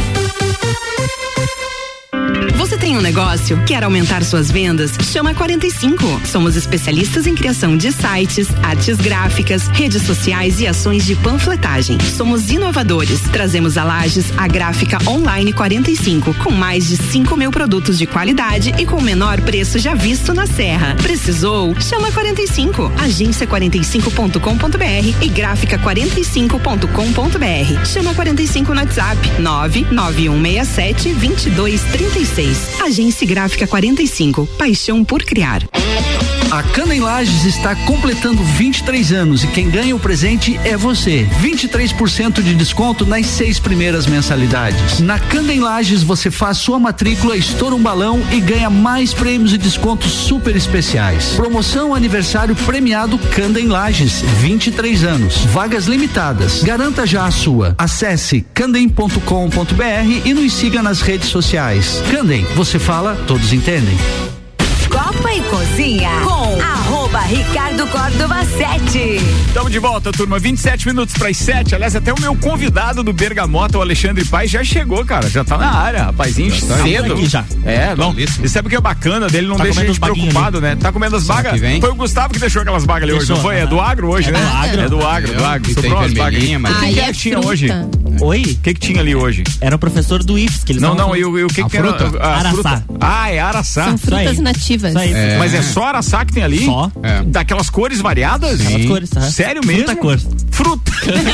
Você tem um negócio? Quer aumentar suas vendas? Chama quarenta e cinco. Somos especialistas em criação de sites, artes gráficas, redes sociais e ações de panfletagem. Somos inovadores. Trazemos a Lages a gráfica online quarenta e cinco, com mais de cinco mil produtos de qualidade e com o menor preço já visto na Serra. Precisou? Chama quarenta e cinco. agência quarenta e cinco ponto com ponto br e gráfica quarenta e cinco ponto com ponto br. Chama quarenta e cinco no WhatsApp nove nove um seis sete dois dois três seis. Agência Gráfica quarenta e cinco. Paixão por criar. A Canda em Lages está completando vinte e três anos e quem ganha o presente é você. vinte e três por cento de desconto nas seis primeiras mensalidades. Na Canda em Lages você faz sua matrícula, estoura um balão e ganha mais prêmios e descontos super especiais. Promoção aniversário premiado Canda em Lages, vinte e três anos. Vagas limitadas. Garanta já a sua. Acesse candem ponto com ponto br e nos siga nas redes sociais. Candem, você fala, todos entendem. Copa e Cozinha com arroba Ricardo Córdova sete. Estamos de volta, turma. vinte e sete minutos para as sete. Aliás, até o meu convidado do Bergamota, o Alexandre Paes, já chegou, cara. Já tá na área, rapazinho, já tá cedo. Aqui já. É, não. E sabe o que é bacana dele? Não tá deixa a gente preocupado, ali, né? Tá comendo as bagas. Foi o Gustavo que deixou aquelas bagas ali hoje, não foi? É do agro hoje, é né? Do agro. É do agro, do agro. Sobrou as bagas. Mas... O que, que é que tinha hoje? Oi? O que que tinha ali hoje? Era o professor do I F S que eles Não, não, e o que que era? Araçá. Ah, é araçá. São frutas nativas. É. Mas é só araçá que tem ali? Só. É. Daquelas cores variadas? Aquelas cores, tá? Sério mesmo? Fruta cor. Fruta.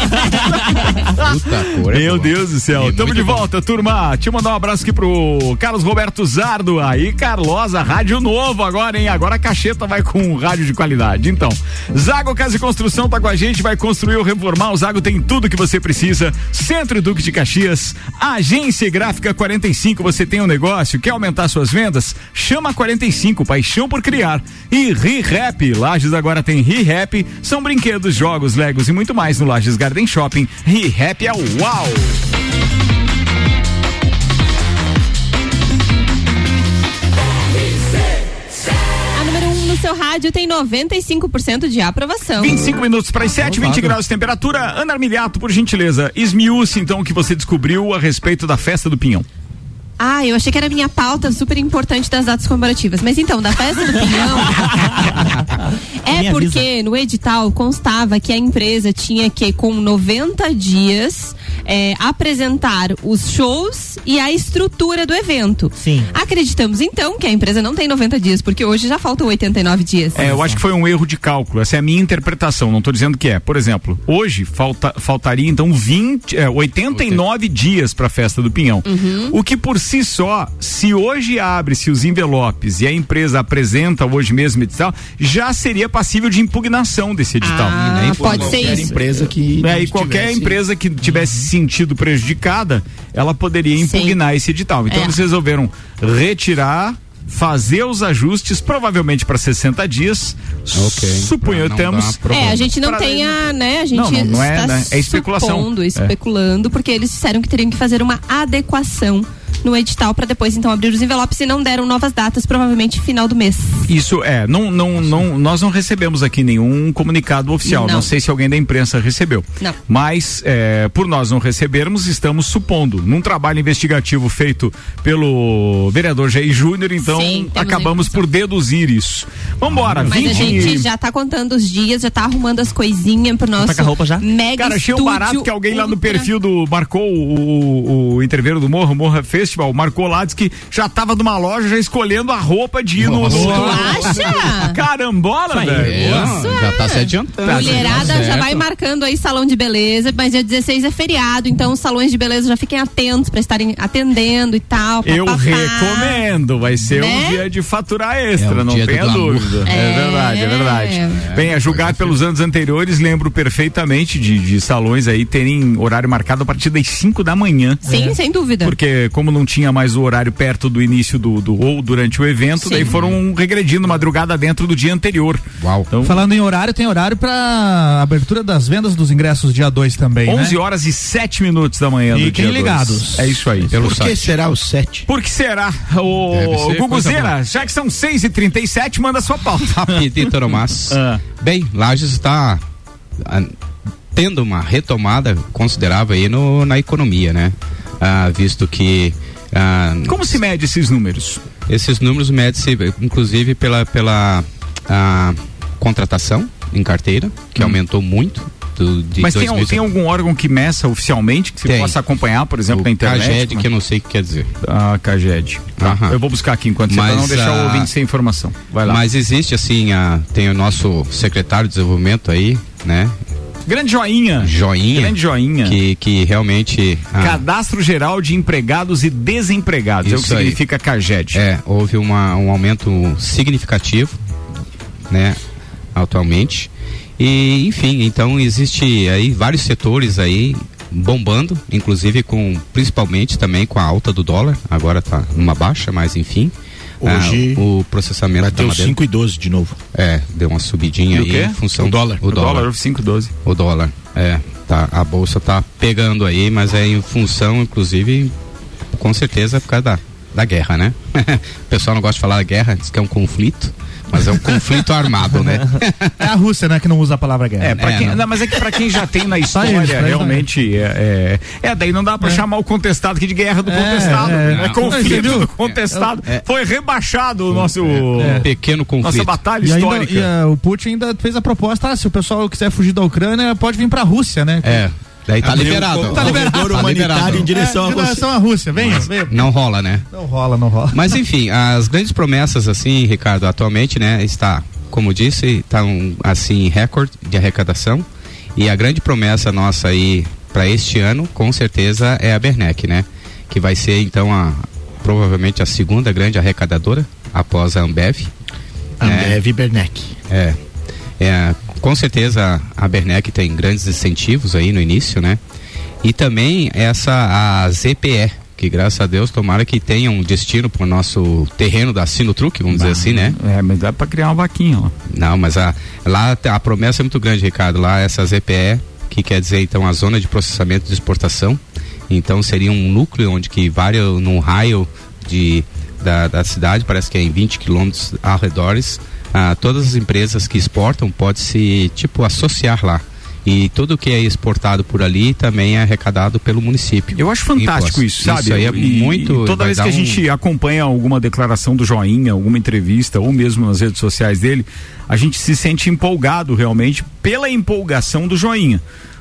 Fruta cor. É Meu boa. Deus do céu. É Tamo de bom. volta, turma. Deixa eu mandar um abraço aqui pro Carlos Roberto Zardo. Aí, Carlosa, rádio novo agora, hein? Agora a cacheta vai com um rádio de qualidade. Então, Zago Casa e Construção tá com a gente, vai construir ou reformar. O Zago tem tudo que você precisa. Centro e Duque de Caxias. Agência Gráfica quarenta e cinco. Você tem um negócio, quer aumentar suas vendas? Chama quarenta e cinco, paixão por criar. E ReHap. Lages agora tem ReHap. São brinquedos, jogos, legos e muito mais no Lages Garden Shopping. ReHap é o uau! A número um no seu rádio tem noventa e cinco por cento de aprovação. vinte e cinco minutos para as sete, vinte graus de temperatura. Ana Armiliato, por gentileza, esmiúce então o que você descobriu a respeito da festa do Pinhão. Ah, eu achei que era a minha pauta super importante das datas comemorativas. Mas então, da festa do Pinhão. É porque no edital constava que a empresa tinha que, com noventa dias, é, apresentar os shows e a estrutura do evento. Sim. Acreditamos então que a empresa não tem noventa dias, porque hoje já faltam oitenta e nove dias. É, eu acho que foi um erro de cálculo. Essa é a minha interpretação. Não estou dizendo que é. Por exemplo, hoje falta, faltaria então vinte, é, oitenta e nove dias para a festa do Pinhão. Uhum. O que por si só, se hoje abre-se os envelopes e a empresa apresenta hoje mesmo edital, já seria passível de impugnação desse edital. Ah, e nem pode ser qualquer isso. empresa que é, e qualquer tivesse... empresa que tivesse sentido prejudicada, ela poderia impugnar Sim. esse edital. Então é. eles resolveram retirar fazer os ajustes, provavelmente para sessenta dias. Ok. Suponhamos. É, a gente não tem a, né? A gente não, não, não é, está né? É especulação. supondo, especulando, é. porque eles disseram que teriam que fazer uma adequação no edital para depois então abrir os envelopes e não deram novas datas, provavelmente final do mês. Isso é, não, não, não, nós não recebemos aqui nenhum comunicado oficial, não, não sei se alguém da imprensa recebeu, não. mas é, por nós não recebermos, estamos supondo, num trabalho investigativo feito pelo vereador Jair Júnior, então Sim, acabamos por deduzir isso. Vambora, mas vinte... a gente já tá contando os dias, já tá arrumando as coisinhas pro nosso tá com a roupa já? mega Cara, achei um barato que alguém lá no ultra... perfil do, marcou o, o, o Entreveiro do Morro, Morra Festival, marcou lá, disse que já tava numa loja já escolhendo a roupa de ir no... Tu acha? Carambola, velho. É, já tá se adiantando. Mulherada tá já vai marcando aí salão de beleza, mas dia dezesseis é feriado, então os salões de beleza já fiquem atentos pra estarem atendendo e tal. Eu papapá. recomendo, vai ser né? um dia de faturar extra, é um não tenha dúvida. É, é verdade, é verdade. É, Bem, a julgar pelos anos anteriores, lembro perfeitamente de, de salões aí terem horário marcado a partir das cinco da manhã. Sim, é. sem dúvida. Porque como não tinha mais o horário perto do início do, do ou durante o evento, Sim. daí foram regredindo madrugada dentro do dia anterior. Uau. Então, falando em horário, tem horário para abertura das vendas dos ingressos dia dois também, onze né? horas e sete minutos da manhã do Fiquem dia ligados. dois. É isso aí. Por que será o sete? Por que será? O Guguzeira, já que são seis e trinta e sete, manda sua pauta. Rapidinho, Toromás. ah. Bem, Lages está ah, tendo uma retomada considerável aí no, na economia, né? Ah, visto que Ah, Como se mede esses números? Esses números medem-se, inclusive, pela, pela ah, contratação em carteira, que hum. aumentou muito. Do, de Mas tem, dois mil... tem algum órgão que meça oficialmente, que você tem. possa acompanhar, por exemplo, o na internet? Caged, mas... que eu não sei o que quer dizer. Ah, Caged. Tá. Eu vou buscar aqui enquanto mas, você tá, não deixar ah, o ouvinte sem informação. Vai lá. Mas existe, assim, a, tem o nosso secretário de desenvolvimento aí, né? Grande joinha. Joinha. Grande joinha. Que, que realmente... Ah, Cadastro Geral de Empregados e Desempregados. É o que aí. significa Caged. É, houve uma, um aumento significativo, né? Atualmente. E, enfim, então existe aí vários setores aí bombando, inclusive com, principalmente também com a alta do dólar. Agora tá numa baixa, mas enfim. Hoje ah, o processamento bateu cinco e doze de novo. É, deu uma subidinha aí em função o dólar. O, o dólar, dólar cinco e doze. O dólar, é, tá, a bolsa tá pegando aí, mas é em função, inclusive, com certeza por causa da, da guerra, né? O pessoal não gosta de falar da guerra, diz que é um conflito. Mas é um conflito armado, né? É a Rússia, né, que não usa a palavra guerra. É, pra é, quem, não. não, mas é que pra quem já tem na história, isso, realmente, é, é, é, daí não dá pra é. chamar o contestado aqui de guerra do é, contestado. É, é conflito não, do contestado. É, é. Foi rebaixado o nosso... É, é. Pequeno conflito. Nossa batalha e histórica. Ainda, e, uh, o Putin ainda fez a proposta, ah, se o pessoal quiser fugir da Ucrânia, pode vir pra Rússia, né? É. Daí tá liberado. Tá liberado. Tá humanitário em direção, é, em direção à Rússia. Venha, venha. Não rola, né? Não rola, não rola. Mas enfim, as grandes promessas, assim, Ricardo, atualmente, né, está, como disse, tá um, assim, recorde de arrecadação. E a grande promessa nossa aí para este ano, com certeza, é a Bernec, né? Que vai ser, então, a, provavelmente a segunda grande arrecadadora após a Ambev. Ambev e Bernec. É. É, com certeza a Bernec tem grandes incentivos aí no início, né? E também essa a Z P E, que graças a Deus tomara que tenha um destino pro nosso terreno da Sinotruque, vamos bah, dizer assim, né? É, mas dá pra criar uma vaquinha, ó. Não, mas a, lá a promessa é muito grande, Ricardo, lá essa Z P E, que quer dizer então a zona de processamento de exportação, então seria um núcleo onde que vários, num raio de, da, da cidade, parece que é em vinte quilômetros arredores, ah, todas as empresas que exportam podem se, tipo, associar lá. E tudo que é exportado por ali também é arrecadado pelo município. Eu acho fantástico isso, sabe? Isso aí é e, muito... E toda vez que a um... gente acompanha alguma declaração do Joinha, alguma entrevista, ou mesmo nas redes sociais dele, a gente se sente empolgado realmente pela empolgação do Joinha.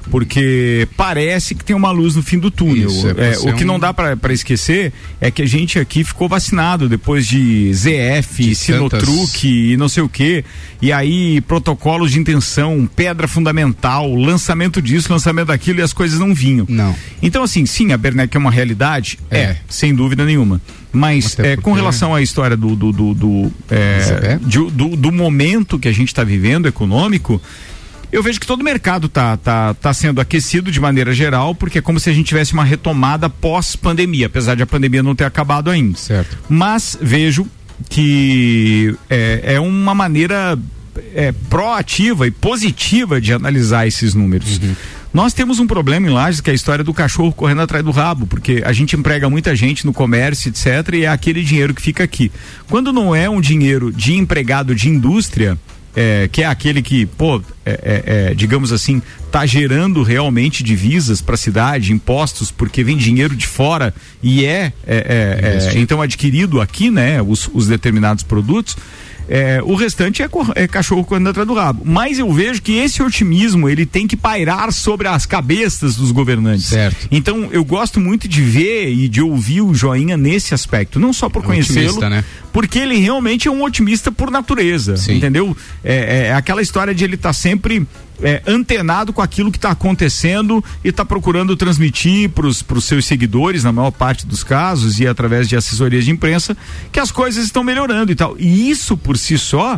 Porque parece que tem uma luz no fim do túnel. Isso, é, é, o que um... não dá para esquecer é que a gente aqui ficou vacinado depois de Z F, de Sinotruque tantas... e não sei o quê. E aí, protocolos de intenção, pedra fundamental, lançamento disso, lançamento daquilo, e as coisas não vinham. Não. Então, assim, sim, a Bernec é uma realidade, é, é sem dúvida nenhuma. Mas é, com relação à história do, do, do, do, é, de, do, do momento que a gente está vivendo econômico, eu vejo que todo o mercado tá, tá, tá sendo aquecido de maneira geral, porque é como se a gente tivesse uma retomada pós-pandemia, apesar de a pandemia não ter acabado ainda. Certo. Mas vejo que é, é uma maneira é, proativa e positiva de analisar esses números. Uhum. Nós temos um problema em Lages, que é a história do cachorro correndo atrás do rabo, porque a gente emprega muita gente no comércio, etcétera, e é aquele dinheiro que fica aqui. Quando não é um dinheiro de empregado de indústria, é, que é aquele que, pô, é, é, é, digamos assim, tá gerando realmente divisas para a cidade, impostos, porque vem dinheiro de fora e é, é, é, é então adquirido aqui, né, os, os determinados produtos. É, o restante é, é cachorro correndo atrás do rabo. Mas eu vejo que esse otimismo ele tem que pairar sobre as cabeças dos governantes. Certo. Então eu gosto muito de ver e de ouvir o Joinha nesse aspecto, não só por é conhecê-lo, né? Porque ele realmente é um otimista por natureza. Sim. Entendeu? É, é aquela história de ele estar tá sempre É, antenado com aquilo que está acontecendo e está procurando transmitir para os seus seguidores, na maior parte dos casos, e através de assessorias de imprensa, que as coisas estão melhorando e tal. E isso por si só,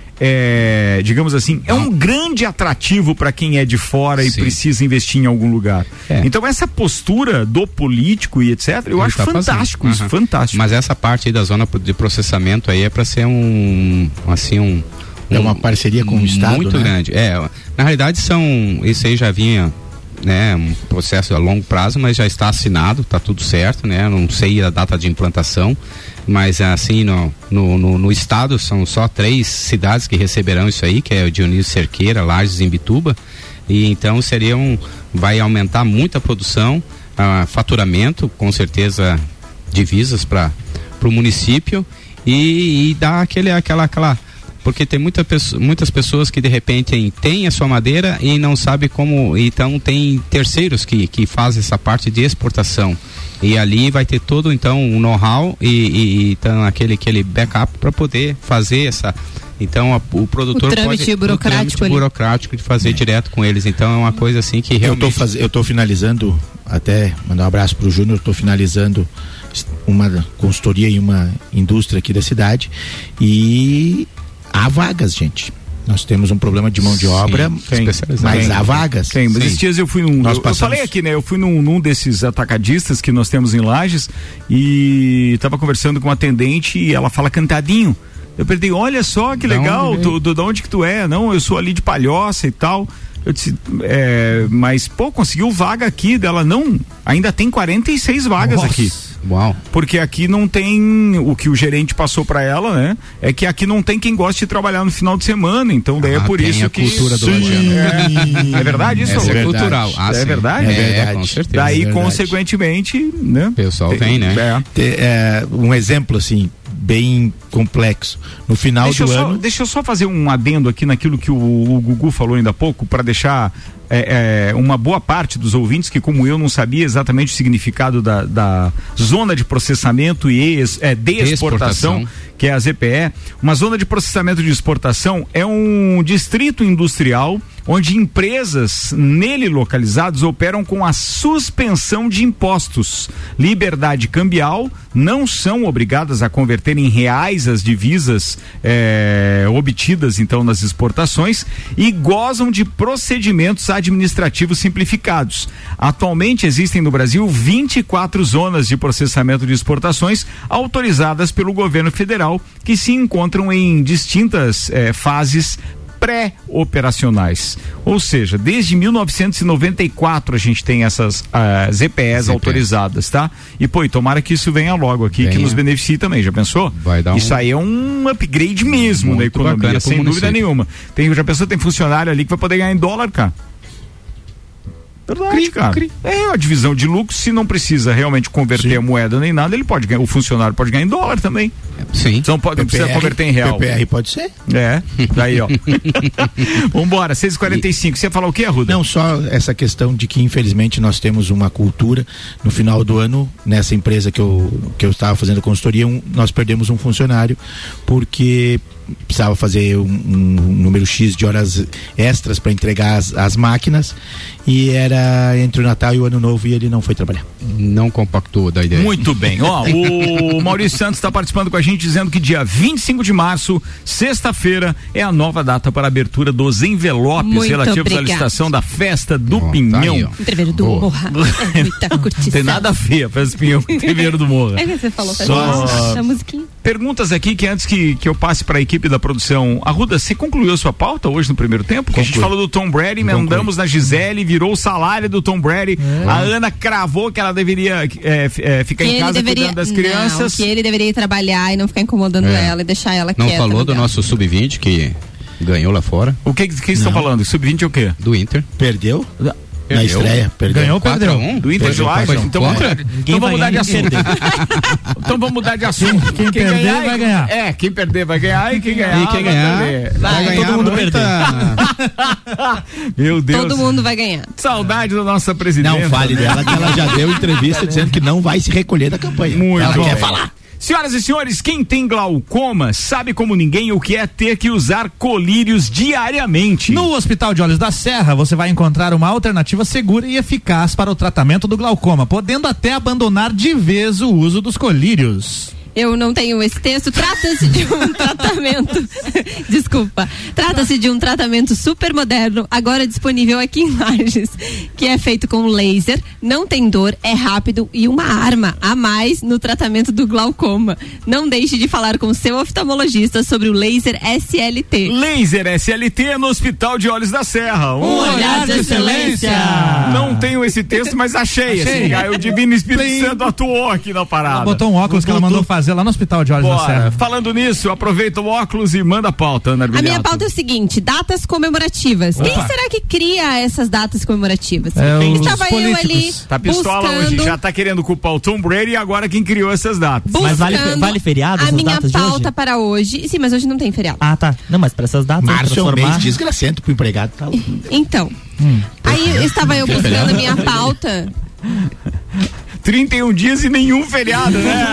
é, digamos assim, é um grande atrativo para quem é de fora e Sim. precisa investir em algum lugar. É. Então essa postura do político e etcétera, eu Ele acho tá fantástico, isso, uhum. fantástico. Mas essa parte aí da zona de processamento aí é para ser um, assim, um É uma parceria com o Estado, muito né? grande. É, na realidade são, isso aí já vinha, né, um processo a longo prazo, mas já está assinado, está tudo certo, né? Não sei a data de implantação, mas assim, no, no, no, no estado são só três cidades que receberão isso aí, que é o Dionísio Cerqueira, Lages e Imbituba, e então seria um, vai aumentar muito a produção, uh, faturamento, com certeza divisas para o município e, e dar aquele, aquela, aquela porque tem muita, muitas pessoas que de repente têm a sua madeira e não sabem como, então tem terceiros que, que fazem essa parte de exportação, e ali vai ter todo então um know-how e, e, e então, aquele, aquele backup para poder fazer essa, então a, o produtor o trâmite pode burocrático, o trâmite burocrático de fazer é. direto com eles, então é uma coisa assim que realmente eu tô, faz, eu tô finalizando, até mandar um abraço pro Júnior, tô finalizando uma consultoria em uma indústria aqui da cidade e há vagas, gente. Nós temos um problema de mão de obra, Sim, mas há vagas. Tem, mas esses dias eu fui num. Nós eu, passamos... eu falei aqui, né? Eu fui num, num desses atacadistas que nós temos em Lages e tava conversando com uma atendente e ela fala cantadinho. Eu perguntei, olha só que legal, do, do, de onde que tu é? Não, eu sou ali de Palhoça e tal. Eu disse, é, mas pô, conseguiu vaga aqui dela? Não, ainda tem quarenta e seis vagas Nossa. aqui. Uau. Porque aqui não tem, o que o gerente passou pra ela, né? É que aqui não tem quem goste de trabalhar no final de semana, então daí ah, é por isso a que... cultura do é, é verdade isso? Essa é cultural. Ah, é verdade? É verdade. É, com certeza. Daí, é verdade. consequentemente, né? O pessoal tem, vem, né? É. Tem, é, um exemplo, assim, bem complexo. No final deixa do eu ano... Só, deixa eu só fazer um adendo aqui naquilo que o, o Gugu falou ainda há pouco, para deixar é, é, uma boa parte dos ouvintes que, como eu, não sabia exatamente o significado da, da zona de processamento e ex, é, de, de exportação, exportação, que é a Z P E. Uma zona de processamento de exportação é um distrito industrial onde empresas nele localizadas operam com a suspensão de impostos, liberdade cambial, não são obrigadas a converter em reais as divisas é, obtidas então nas exportações e gozam de procedimentos administrativos simplificados. Atualmente existem no Brasil vinte e quatro zonas de processamento de exportações autorizadas pelo governo federal que se encontram em distintas é, fases pré-operacionais. Ou seja, desde mil novecentos e noventa e quatro a gente tem essas uh, Z P Es autorizadas, tá? E pô, e tomara que isso venha logo aqui, venha. Que nos beneficie também, já pensou? Vai dar isso um... aí é um upgrade mesmo muito na economia, sem dúvida nenhuma. Tem, já pensou, tem funcionário ali que vai poder ganhar em dólar, cara? Verdade, cri, cara. Cri. É a divisão de lucro, se não precisa realmente converter Sim. a moeda nem nada, ele pode ganhar, o funcionário pode ganhar em dólar também. Sim. Então pode, não precisa converter em real. P P R pode ser. É, daí ó. Vambora, seis e quarenta e cinco. Você ia falar o que, Arruda? Não, só essa questão de que infelizmente nós temos uma cultura, no final do ano, nessa empresa que eu, que eu estava fazendo consultoria, um, nós perdemos um funcionário porque precisava fazer um, um número X de horas extras para entregar as, as máquinas e era entre o Natal e o Ano Novo e ele não foi trabalhar. Não compactou da ideia. Muito bem. Ó, o Maurício Santos está participando com a gente dizendo que dia vinte e cinco de março, sexta-feira, é a nova data para a abertura dos envelopes Muito relativos obrigado. à licitação da Festa do oh, Pinhão. Tá Entreveiro do oh. Morra. É muita curtição. Tem nada a ver a Festa do Pinhão com o Entreveiro do Morra. É que você falou, faz Só... a musiquinha. perguntas aqui que antes que, que eu passe para a equipe da produção. Arruda, você concluiu a sua pauta hoje no primeiro tempo? Porque a gente falou do Tom Brady, emendamos na Gisele, virou o salário do Tom Brady. É. A Ana cravou que ela deveria é, é, ficar que em casa deveria, cuidando das crianças. Não, que ele deveria ir trabalhar e não ficar incomodando É. ela e deixar ela Não quieta. falou do dela. nosso sub vinte que ganhou lá fora. O que que estão falando? sub vinte é o quê? Do Inter. Perdeu? Perdeu. Na estreia, perdeu. Ganhou ou perdeu? um Do Inter de Lages? Então, vamos, contra? então vamos mudar de assunto. então vamos mudar de assunto. Quem, quem perder ganhar, vai ganhar. É, quem perder vai ganhar e quem ganhar, E quem ganhar vai perder. vai, Vai, ganhar todo mundo muita... Meu Deus. Todo mundo vai ganhar. Saudade da nossa presidenta. Não fale né? dela, que ela já deu entrevista dizendo que não vai se recolher da campanha. Muito ela bom. quer falar. Senhoras e senhores, quem tem glaucoma sabe como ninguém o que é ter que usar colírios diariamente. No Hospital de Olhos da Serra, você vai encontrar uma alternativa segura e eficaz para o tratamento do glaucoma, podendo até abandonar de vez o uso dos colírios. Eu não tenho esse texto. Trata-se de um tratamento. Desculpa. Trata-se de um tratamento super moderno, agora disponível aqui em Lages, que é feito com laser, não tem dor, é rápido e uma arma a mais no tratamento do glaucoma. Não deixe de falar com seu oftalmologista sobre o laser S L T. Laser S L T no Hospital de Olhos da Serra. Um olhar de excelência. Não tenho esse texto, mas achei. Achei. Assim, aí o Divino Espírito Santo atuou aqui na parada. Ela botou um óculos que ela mandou fazer lá no Hospital de Olhos da Bora. Serra. Falando nisso, aproveita o óculos e manda a pauta, Ana A Arbiliato. minha pauta é o seguinte: datas comemorativas. Opa. Quem será que cria essas datas comemorativas? É, os Estava eu políticos. ali Tá pistola buscando hoje, já tá querendo culpar o Tom Brady e agora quem criou essas datas. Mas vale, buscando vale feriado a essas minha datas de pauta hoje? para hoje. Sim, mas hoje não tem feriado. Ah, tá. Não, mas para essas datas Março é um transformar... mês desgracento pro empregado. Tá louco. Então, aí estava eu buscando a minha pauta. trinta e um dias e nenhum feriado, né?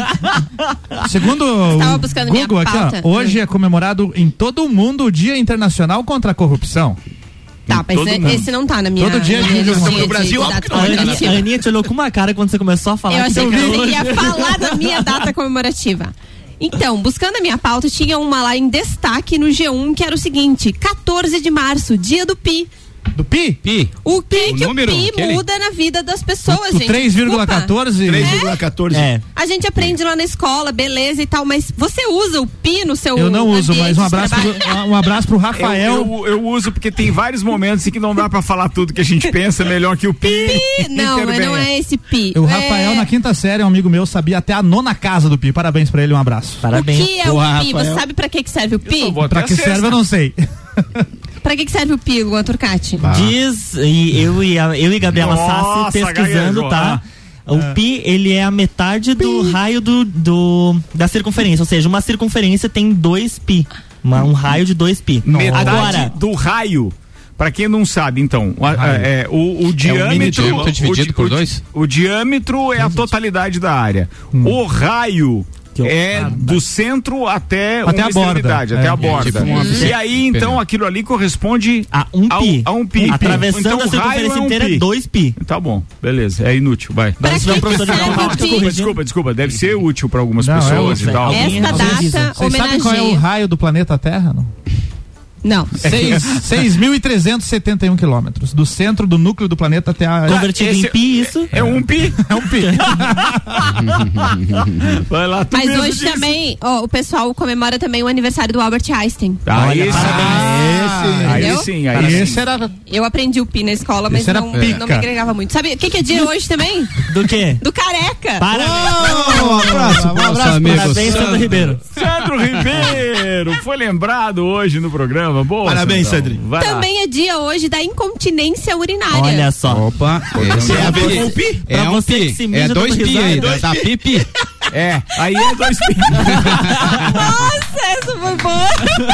Segundo Estava o buscando minha Google aqui, pauta. ó, hoje é comemorado em todo o mundo o Dia Internacional contra a Corrupção. Tá, mas todo é- mundo. esse não tá na minha. Todo dia na é minha dia, listinha no de Brasil, data óbvio que A não é. comemorativa. Aninha, a Aninha te olhou com uma cara quando você começou a falar. Eu que achei que deu você hoje. ia falar da minha data comemorativa. Então, buscando a minha pauta, tinha uma lá em destaque no G um, que era o seguinte: quatorze de março, dia do Pi. Do Pi? Pi. O que O que número, o Pi aquele? muda na vida das pessoas, O gente? três vírgula Desculpa. quatorze? três vírgula quatorze. É. A gente aprende lá na escola, beleza e tal, mas você usa o Pi no seu Eu não uso, ambiente mas um de abraço, trabalho? pro, um abraço pro Rafael. Eu, eu, eu uso porque tem vários momentos em que não dá pra falar tudo que a gente pensa, melhor que o Pi. Pi? Não, mas intervenha. não é esse Pi. O É- Rafael, na quinta série, um amigo meu, sabia até a nona casa do Pi. Parabéns pra ele, um abraço. O Parabéns. que é o Boa, Pi? Você Rafael. sabe pra que que serve o Pi? só vou até Pra a que sexta. serve, eu não sei. Pra que que serve o Pi, Luan Turcati? Diz, e eu e, a, eu e Gabriela Nossa, Sassi pesquisando, gaguejou, tá? ah. O Pi, ele é a metade do raio do, do, da circunferência. Ou seja, uma circunferência tem dois Pi. Uma- um raio de dois Pi. Metade Agora, do raio. Pra quem não sabe, então, a- a- é, o, o diâmetro. diâmetro dividido o di- por o di- dois? O diâmetro é a totalidade da área. O raio. Que eu- É ah, do centro até, Até uma a borda. extremidade, É, até a é borda. tipo uma E aí, então, pneu. aquilo ali corresponde a um ao- Pi. a um pi. Atravessando Então, a o raio circunferência é um inteira pi. é dois Pi. Tá bom, beleza, é inútil, vai. Pra Nós tivemos que um professor de serve o matemática Pi? Desculpa, corrigindo. desculpa, desculpa, deve ser útil pra algumas Não, é pessoas útil. e tal. Alguém- Esta alguém avisa. data Vocês sabem qual é o homenageia... raio do planeta Terra? Não? Não. seis mil e trezentos e setenta e um quilômetros. Do centro do núcleo do planeta até a. Convertido esse- em Pi, isso. É um pi? É um Pi. Vai lá, tu Mas mesmo hoje disse. também, ó, o pessoal comemora também o aniversário do Albert Einstein. Aí sim, parabéns. aí Entendeu? sim, aí sim. Esse era. Eu aprendi o Pi na escola, mas Esse era não, pica. não me agregava muito. Sabe o que, que é dia hoje também? Do quê? Do careca. Parabéns. Um abraço, um Nosso abraço. amigo Parabéns, Sandro Ribeiro. Sandro Ribeiro foi lembrado hoje no programa. Boa, Parabéns, Sandrão. Sandro. Vai lá. Também é dia hoje da incontinência urinária. Olha só. Opa, esse Tem é a ver um com o pi. Pi? É Pra um você que pi. se mija É dois dando pi risada. aí, Dois da pipi. É, aí é dois pi. Nossa, essa foi boa.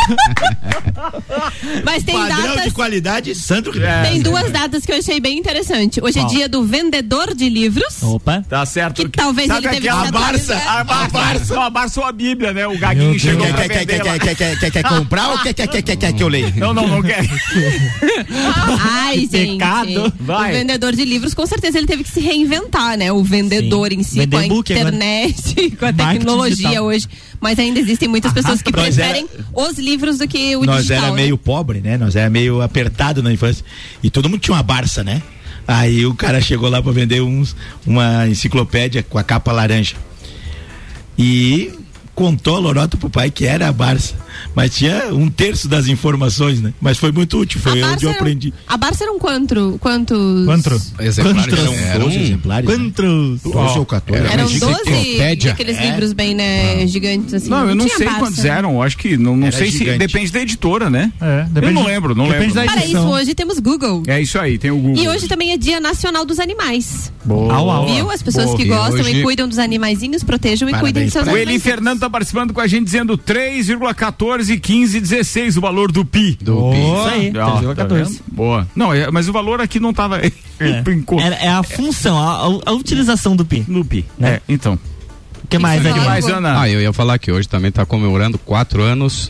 Mas tem Padrão de datas. qualidade, Sandro Ribeiro. É. Tem duas datas que eu achei bem interessante. Hoje Qual? é dia do vendedor de livros. Opa. Tá certo. Que talvez Sabe ele teve aquela que se Barça? atualizar. A Barça. Não, a Barça ou a Bíblia, né? O Gaguinho Meu chegou Deus. pra Quer, quer, vender quer, lá. quer, quer, quer, quer comprar ou quer, quer, quer, quer, quer que eu leia? Não, não, não quer. Ai, gente. Pecado. Vai. O vendedor de livros, com certeza, ele teve que se reinventar, né? O vendedor Sim. em si, Vender com a book agora. internet, com a Marketing tecnologia digital. hoje. Mas ainda existem muitas pessoas que Nós preferem os livros do que o Nós digital. era né? meio pobre, né? Nós era meio apertado na infância. E todo mundo tinha uma Barça, né? Aí o cara chegou lá pra vender uns, uma enciclopédia com a capa laranja. E contou a lorota pro pai que era a Barça, mas tinha um terço das informações, né? Mas foi muito útil, foi onde eu aprendi. A Barça eram quanto, quantos? Quanto? Exemplares. Quantos? Eram doze exemplares. Quantos? doze ou quatorze. Eram doze aqueles É. livros bem, né, gigantes assim. Não, eu não tinha sei Barça, quantos né? eram, acho que não, não Era sei gigante. se depende da editora, né? É, eu não lembro, não lembro. Para isso, hoje temos Google. É isso aí, tem o Google. E hoje também é Dia Nacional dos Animais. Boa. Au, au. Viu? As pessoas Boa. que E gostam hoje- e cuidam dos animaizinhos, protejam e cuidem de seus O Eli animais. Fernando tá participando com a gente dizendo três vírgula quatorze, quinze, dezesseis o valor do Pi. Do Oh, Pi. Isso aí, Ó, três vírgula quatorze. tá vendo? Boa. Não, é- mas o valor aqui não tava. É. É, é a função, a, a- a utilização do Pi. No Pi. Né? É, então. O que mais, O que Eli? mais, Ana? Ah, eu ia falar que hoje também tá comemorando quatro anos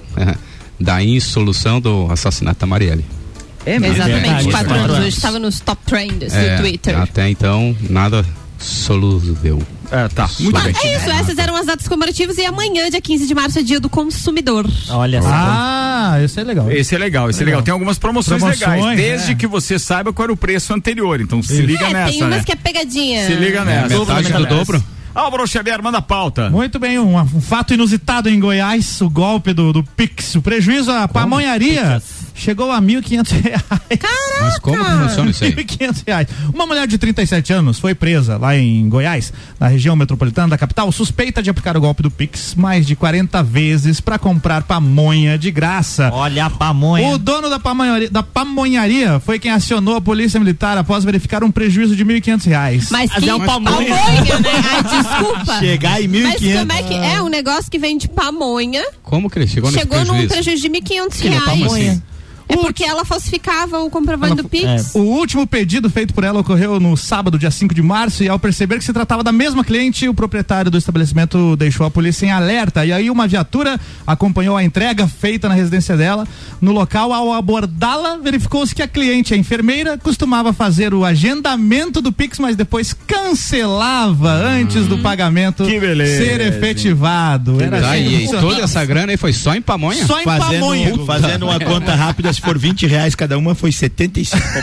da insolução do assassinato da Marielle. É Exatamente, verdade, quatro quatro anos. anos. Hoje estava nos top trends É, do Twitter. Até então, nada solúvel. É, tá. Muito Mas bem. é isso, essas eram as datas comemorativas e amanhã, dia quinze de março, é dia do consumidor. Olha só. Ah, esse é legal. Esse é legal, esse é legal. Tem algumas promoções, Promoções, legais, desde é. que você saiba qual era o preço anterior. Então se Isso. liga é, nessa, tem umas né? que é pegadinha. Se liga nessa. É, metade do dobro. Álvaro Xavier, manda a pauta. Muito bem, um, um fato inusitado em Goiás, o golpe do, do Pix, o prejuízo, a pamonharia chegou a mil e quinhentos reais. Mas como que funciona isso aí? mil e quinhentos reais. Uma mulher de trinta e sete anos foi presa lá em Goiás, na região metropolitana da capital, suspeita de aplicar o golpe do Pix mais de quarenta vezes para comprar pamonha de graça. Olha a pamonha. O dono da pamonharia, da pamonharia foi quem acionou a polícia militar após verificar um prejuízo de mil e quinhentos reais. Mas que é um pamonha. pamonha, né? Ai, desculpa. Chegar em mil e Mas quinhentos. como é que é um negócio que vem de pamonha? Como que ele chegou nesse Chegou num prejuízo? prejuízo de mil e quinhentos Que reais. pamonha? É porque ela falsificava o comprovante do Pix. O último pedido feito por ela ocorreu no sábado, dia cinco de março, e ao perceber que se tratava da mesma cliente, o proprietário do estabelecimento deixou a polícia em alerta. E aí uma viatura acompanhou a entrega feita na residência dela. No local, ao abordá-la, verificou-se que a cliente, a enfermeira, costumava fazer o agendamento do Pix, mas depois cancelava antes do pagamento Que beleza. ser efetivado. Era Tá, assim que e, e funcionava. toda essa grana aí foi só em pamonha? Só em Fazendo, pamonha. fazendo uma conta rápida, se for vinte reais cada uma, foi setenta e cinco.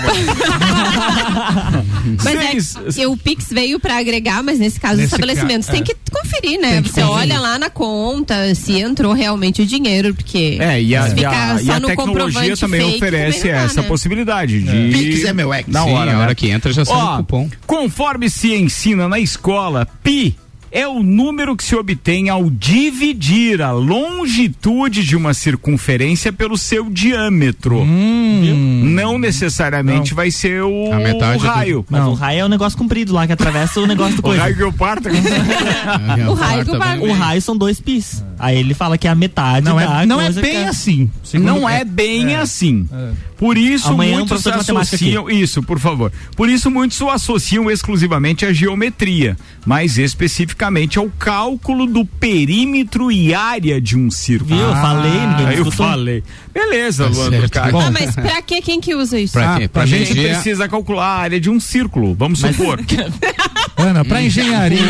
Mas é que o Pix veio pra agregar, mas nesse caso, os Nesse estabelecimentos ca- tem é. que conferir, né? Tem que Você conferir. olha lá na conta se entrou realmente o dinheiro, porque É, e a, se e ficar a, e só a no tecnologia comprovante também fake, oferece também não dá, essa né? possibilidade de. Pix é meu ex. Na Sim, hora, a né? hora que entra já sai Ó, o cupom. Conforme se ensina na escola, pi é o número que se obtém ao dividir a longitude de uma circunferência pelo seu diâmetro. Não necessariamente Não. vai ser o, A metade o raio. Mas Não. o raio é o negócio comprido lá que atravessa o negócio do O coisa. raio que eu parto. O raio que o bar- O raio são dois pis. Aí ele fala que é a metade Não da é, não é coisa bem que é- assim. segundo- Não é bem assim. Por isso Amanhã um muitos professor de matemática associam isso, por favor. Por isso muitos o associam exclusivamente à geometria, mais especificamente ao cálculo do perímetro e área de um círculo. Viu? Eu falei, ninguém me eu escutou. falei. Beleza, Tá Luan certo. Turcati. Bom. Ah, mas pra que quem que usa isso? Pra Ah, quê? pra Pra gente medir a- precisa calcular a área de um círculo, vamos supor. Ana, pra engenharia.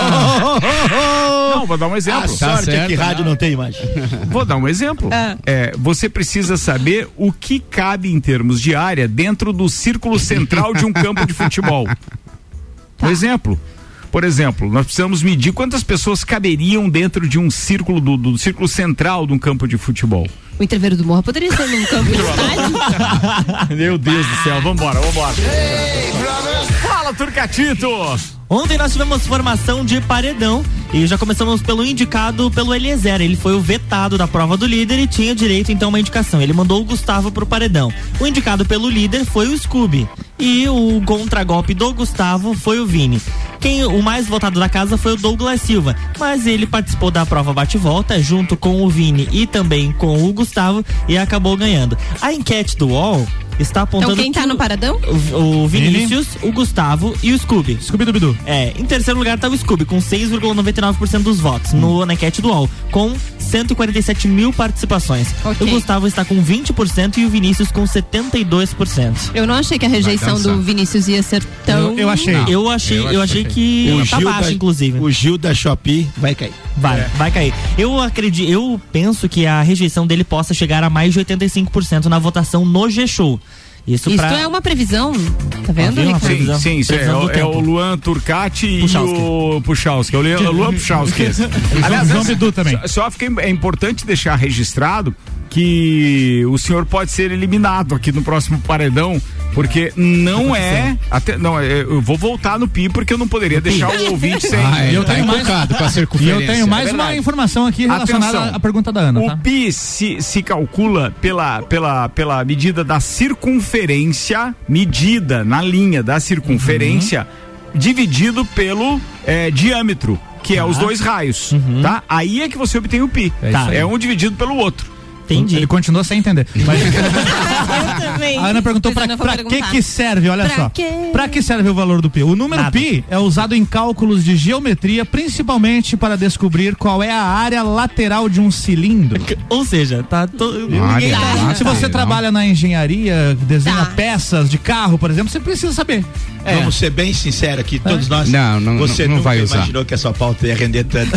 Não, vou dar um A exemplo. sorte é certo, que rádio não tem imagem. Vou dar um exemplo. Ah. É, você precisa saber o que cabe em termos de área dentro do círculo central de um campo de futebol. Um exemplo. Por exemplo, nós precisamos medir quantas pessoas caberiam dentro de um círculo, do, do círculo central de um campo de futebol. O entreveiro do Morro poderia ser num campo de estádio? Meu Deus do céu, vambora, vambora. Fala, Turcatito! Ontem nós tivemos formação de paredão e já começamos pelo indicado pelo Eliezer. Ele foi o vetado da prova do líder e tinha direito então a uma indicação. Ele mandou o Gustavo pro paredão. O indicado pelo líder foi o Scooby e o contragolpe do Gustavo foi o Vini. Quem o mais votado da casa foi o Douglas Silva, mas ele participou da prova bate-volta junto com o Vini e também com o Gustavo e acabou ganhando. A enquete do U O L está apontando Então quem tá que no paradão? o, o Vinícius, o Gustavo e o Scooby. Scooby do Bidu. É, em terceiro lugar tá o Scooby, com seis vírgula noventa e nove por cento dos votos, no, na enquete do U O L, com cento e quarenta e sete mil participações. Ok. O Gustavo está com vinte por cento e o Vinícius com setenta e dois por cento. Eu não achei que a rejeição dançar. do Vinícius ia ser tão... Eu, eu achei. Não, eu achei, eu, eu achei achei. que O tá Gil baixo, da- inclusive. O Gil da Shopee vai cair. Vai, vai cair. Eu acredito, eu penso que a rejeição dele possa chegar a mais de oitenta e cinco por cento na votação no G-Show. Isso, Isso pra... é uma previsão, tá vendo, Havia uma Ricardo? previsão. Sim, sim, isso é, Previsão do é o tempo. Luan Turcati e Puchalski. o Puchalski. O Luan- o Luan Puchalski. esse. Aliás, João essa- Bidu também. Só, só fica, é importante deixar registrado que o senhor pode ser eliminado aqui no próximo paredão, porque não é. Até, não, é, eu vou voltar no Pi porque eu não poderia deixar o ouvinte sem. Ah, E eu tá tenho mais, invocado pra e eu circunferência. tenho mais É uma verdade. informação aqui relacionada Atenção. à pergunta da Ana, O tá? Pi se, se calcula pela, pela, pela medida da circunferência, medida na linha da circunferência, dividido pelo eh, diâmetro, que é os dois raios, tá? Aí é que você obtém o Pi. É Tá. isso aí. É um dividido pelo outro. Entendi. Ele continua sem entender. Mas Eu também. a Ana perguntou Pois pra, eu não vou pra que perguntar. que serve, olha Pra só. quê? Pra que serve o valor do Pi? O número Nada. Pi é usado em cálculos de geometria, principalmente para descobrir qual é a área lateral de um cilindro. Ou seja, tá todo. Ah, ninguém tá. tá- Ah, Se tá. você Não. trabalha na engenharia, desenha Tá. peças de carro, por exemplo, você precisa saber. É. Vamos ser bem sinceros aqui, todos nós. Não, não, Você não, não nunca vai usar. imaginou que a sua pauta ia render tanto.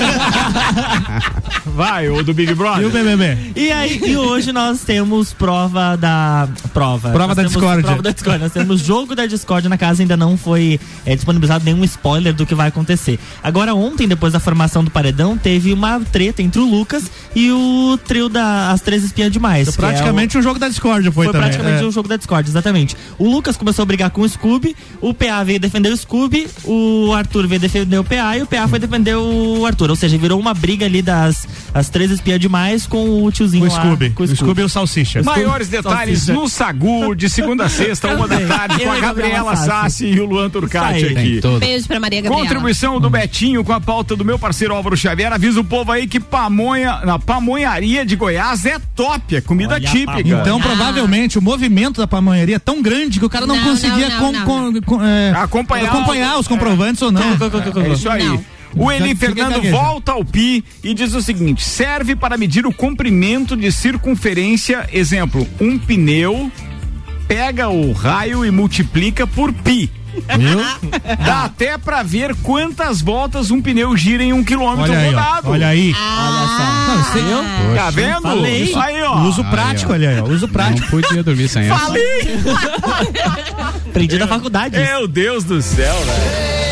Vai, o do Big Brother. E o B B B? E aí, e hoje nós temos prova da. Prova. Prova Nós da temos Discord. Prova da Discord. Nós temos jogo da Discord na casa, ainda não foi é, disponibilizado nenhum spoiler do que vai acontecer. Agora, ontem, depois da formação do paredão, teve uma treta entre o Lucas e o trio da As Três Espiãs Demais. que é o- Praticamente um jogo da Discord foi, Foi também. praticamente é. um jogo da Discord, exatamente. O Lucas começou a brigar com o Scooby, o P A veio defender o Scooby, o Arthur veio defender o P A e o P A foi defender o Arthur. Ou seja, virou uma briga ali das as três espiãs demais com o tiozinho O lá. Scooby. Com O Scooby e o Salsicha. Maiores detalhes Salsicha. no Sagu, de segunda a sexta, uma da tarde, com Eu a e a Gabriela Gabriela Sassi e o Luan Turcati Isso aí. aqui. Tem todo. Beijo pra Maria Gabriela. Contribuição do Betinho com a pauta do meu parceiro Álvaro Xavier. Avisa o povo aí que pamonha, na pamonharia de Goiás é top, é comida Olha a típica. pamonha. Então, Ah. provavelmente, o movimento da pamonharia é tão grande que o cara não, Não, conseguia não, com- não, com- com- é, Acompanhar acompanhar o- os comprovantes ou não. É isso aí. Não. O Eli Fica Fernando gaguejando. volta ao Pi e diz o seguinte: serve para medir o comprimento de circunferência. Exemplo, um pneu pega o raio e multiplica por Pi. Viu? Dá até pra ver quantas voltas um pneu gira em um quilômetro Olha aí, ó. rodado. Olha aí. Ah, Não, isso aí- Tá vendo? Falei. Isso aí, ó. Uso prático, olha aí, ó. Uso prático. Não podia dormir sem essa. Falei! Aprendi na faculdade. Meu Deus do céu, velho.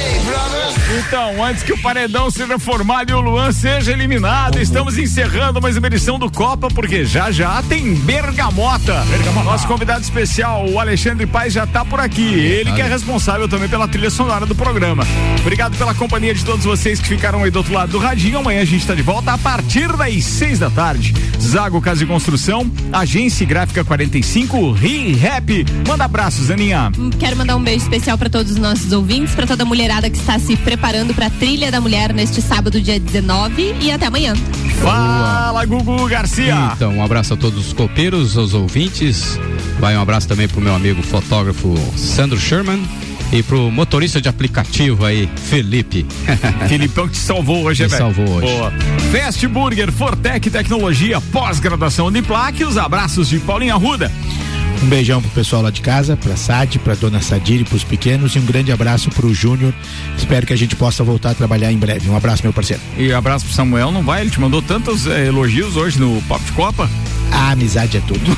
Então, antes que o paredão seja formado e o Luan seja eliminado, estamos encerrando mais uma edição do Copa, porque já já tem Bergamota. Nosso convidado especial, o Alexandre Paes, já tá por aqui. Ele que é responsável também pela trilha sonora do programa. Obrigado pela companhia de todos vocês que ficaram aí do outro lado do radinho. Amanhã a gente tá de volta a partir das seis da tarde. Zago Casa de Construção, Agência Gráfica quarenta e cinco, ReHap. Manda abraços, Aninha. Quero mandar um beijo especial para todos os nossos ouvintes, para toda a mulherada que está se preparando para a Trilha da Mulher neste sábado, dia dezenove, e até amanhã. Fala, Gugu Garcia. Então, um abraço a todos os copeiros, aos ouvintes. Vai um abraço também pro meu amigo fotógrafo Sandro Sherman e pro motorista de aplicativo aí, Felipe. Filipão que te salvou hoje, Me velho. salvou hoje. Boa. Fast Burger, Fortec Tecnologia, pós-graduação de placa e os abraços de Paulinho Arruda. Um beijão pro pessoal lá de casa, pra Sade, pra dona Sadire, pros pequenos e um grande abraço pro Júnior. Espero que a gente possa voltar a trabalhar em breve. Um abraço, meu parceiro. E abraço pro Samuel, não vai? Ele te mandou tantos eh, elogios hoje no Papo de Copa. A amizade é tudo.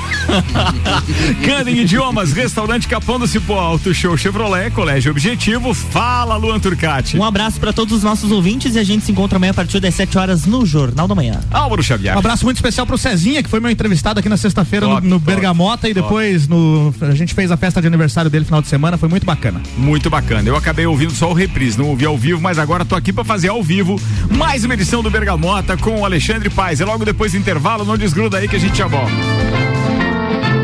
Canem Idiomas, Restaurante Capão do Cipó, Auto Show Chevrolet, Colégio Objetivo. Fala, Luan Turcati. Um abraço para todos os nossos ouvintes e a gente se encontra amanhã a partir das sete horas no Jornal da Manhã. Álvaro Xavier. Um abraço muito especial pro Cezinha, que foi meu entrevistado aqui na sexta-feira no, Top, no top, Bergamota e depois no, a gente fez a festa de aniversário dele final de semana, foi muito bacana. Muito bacana. Eu acabei ouvindo só o reprise, não ouvi ao vivo, mas agora tô aqui pra fazer ao vivo mais uma edição do Bergamota com o Alexandre Paes. É logo depois do intervalo, não desgruda aí que a gente já volta.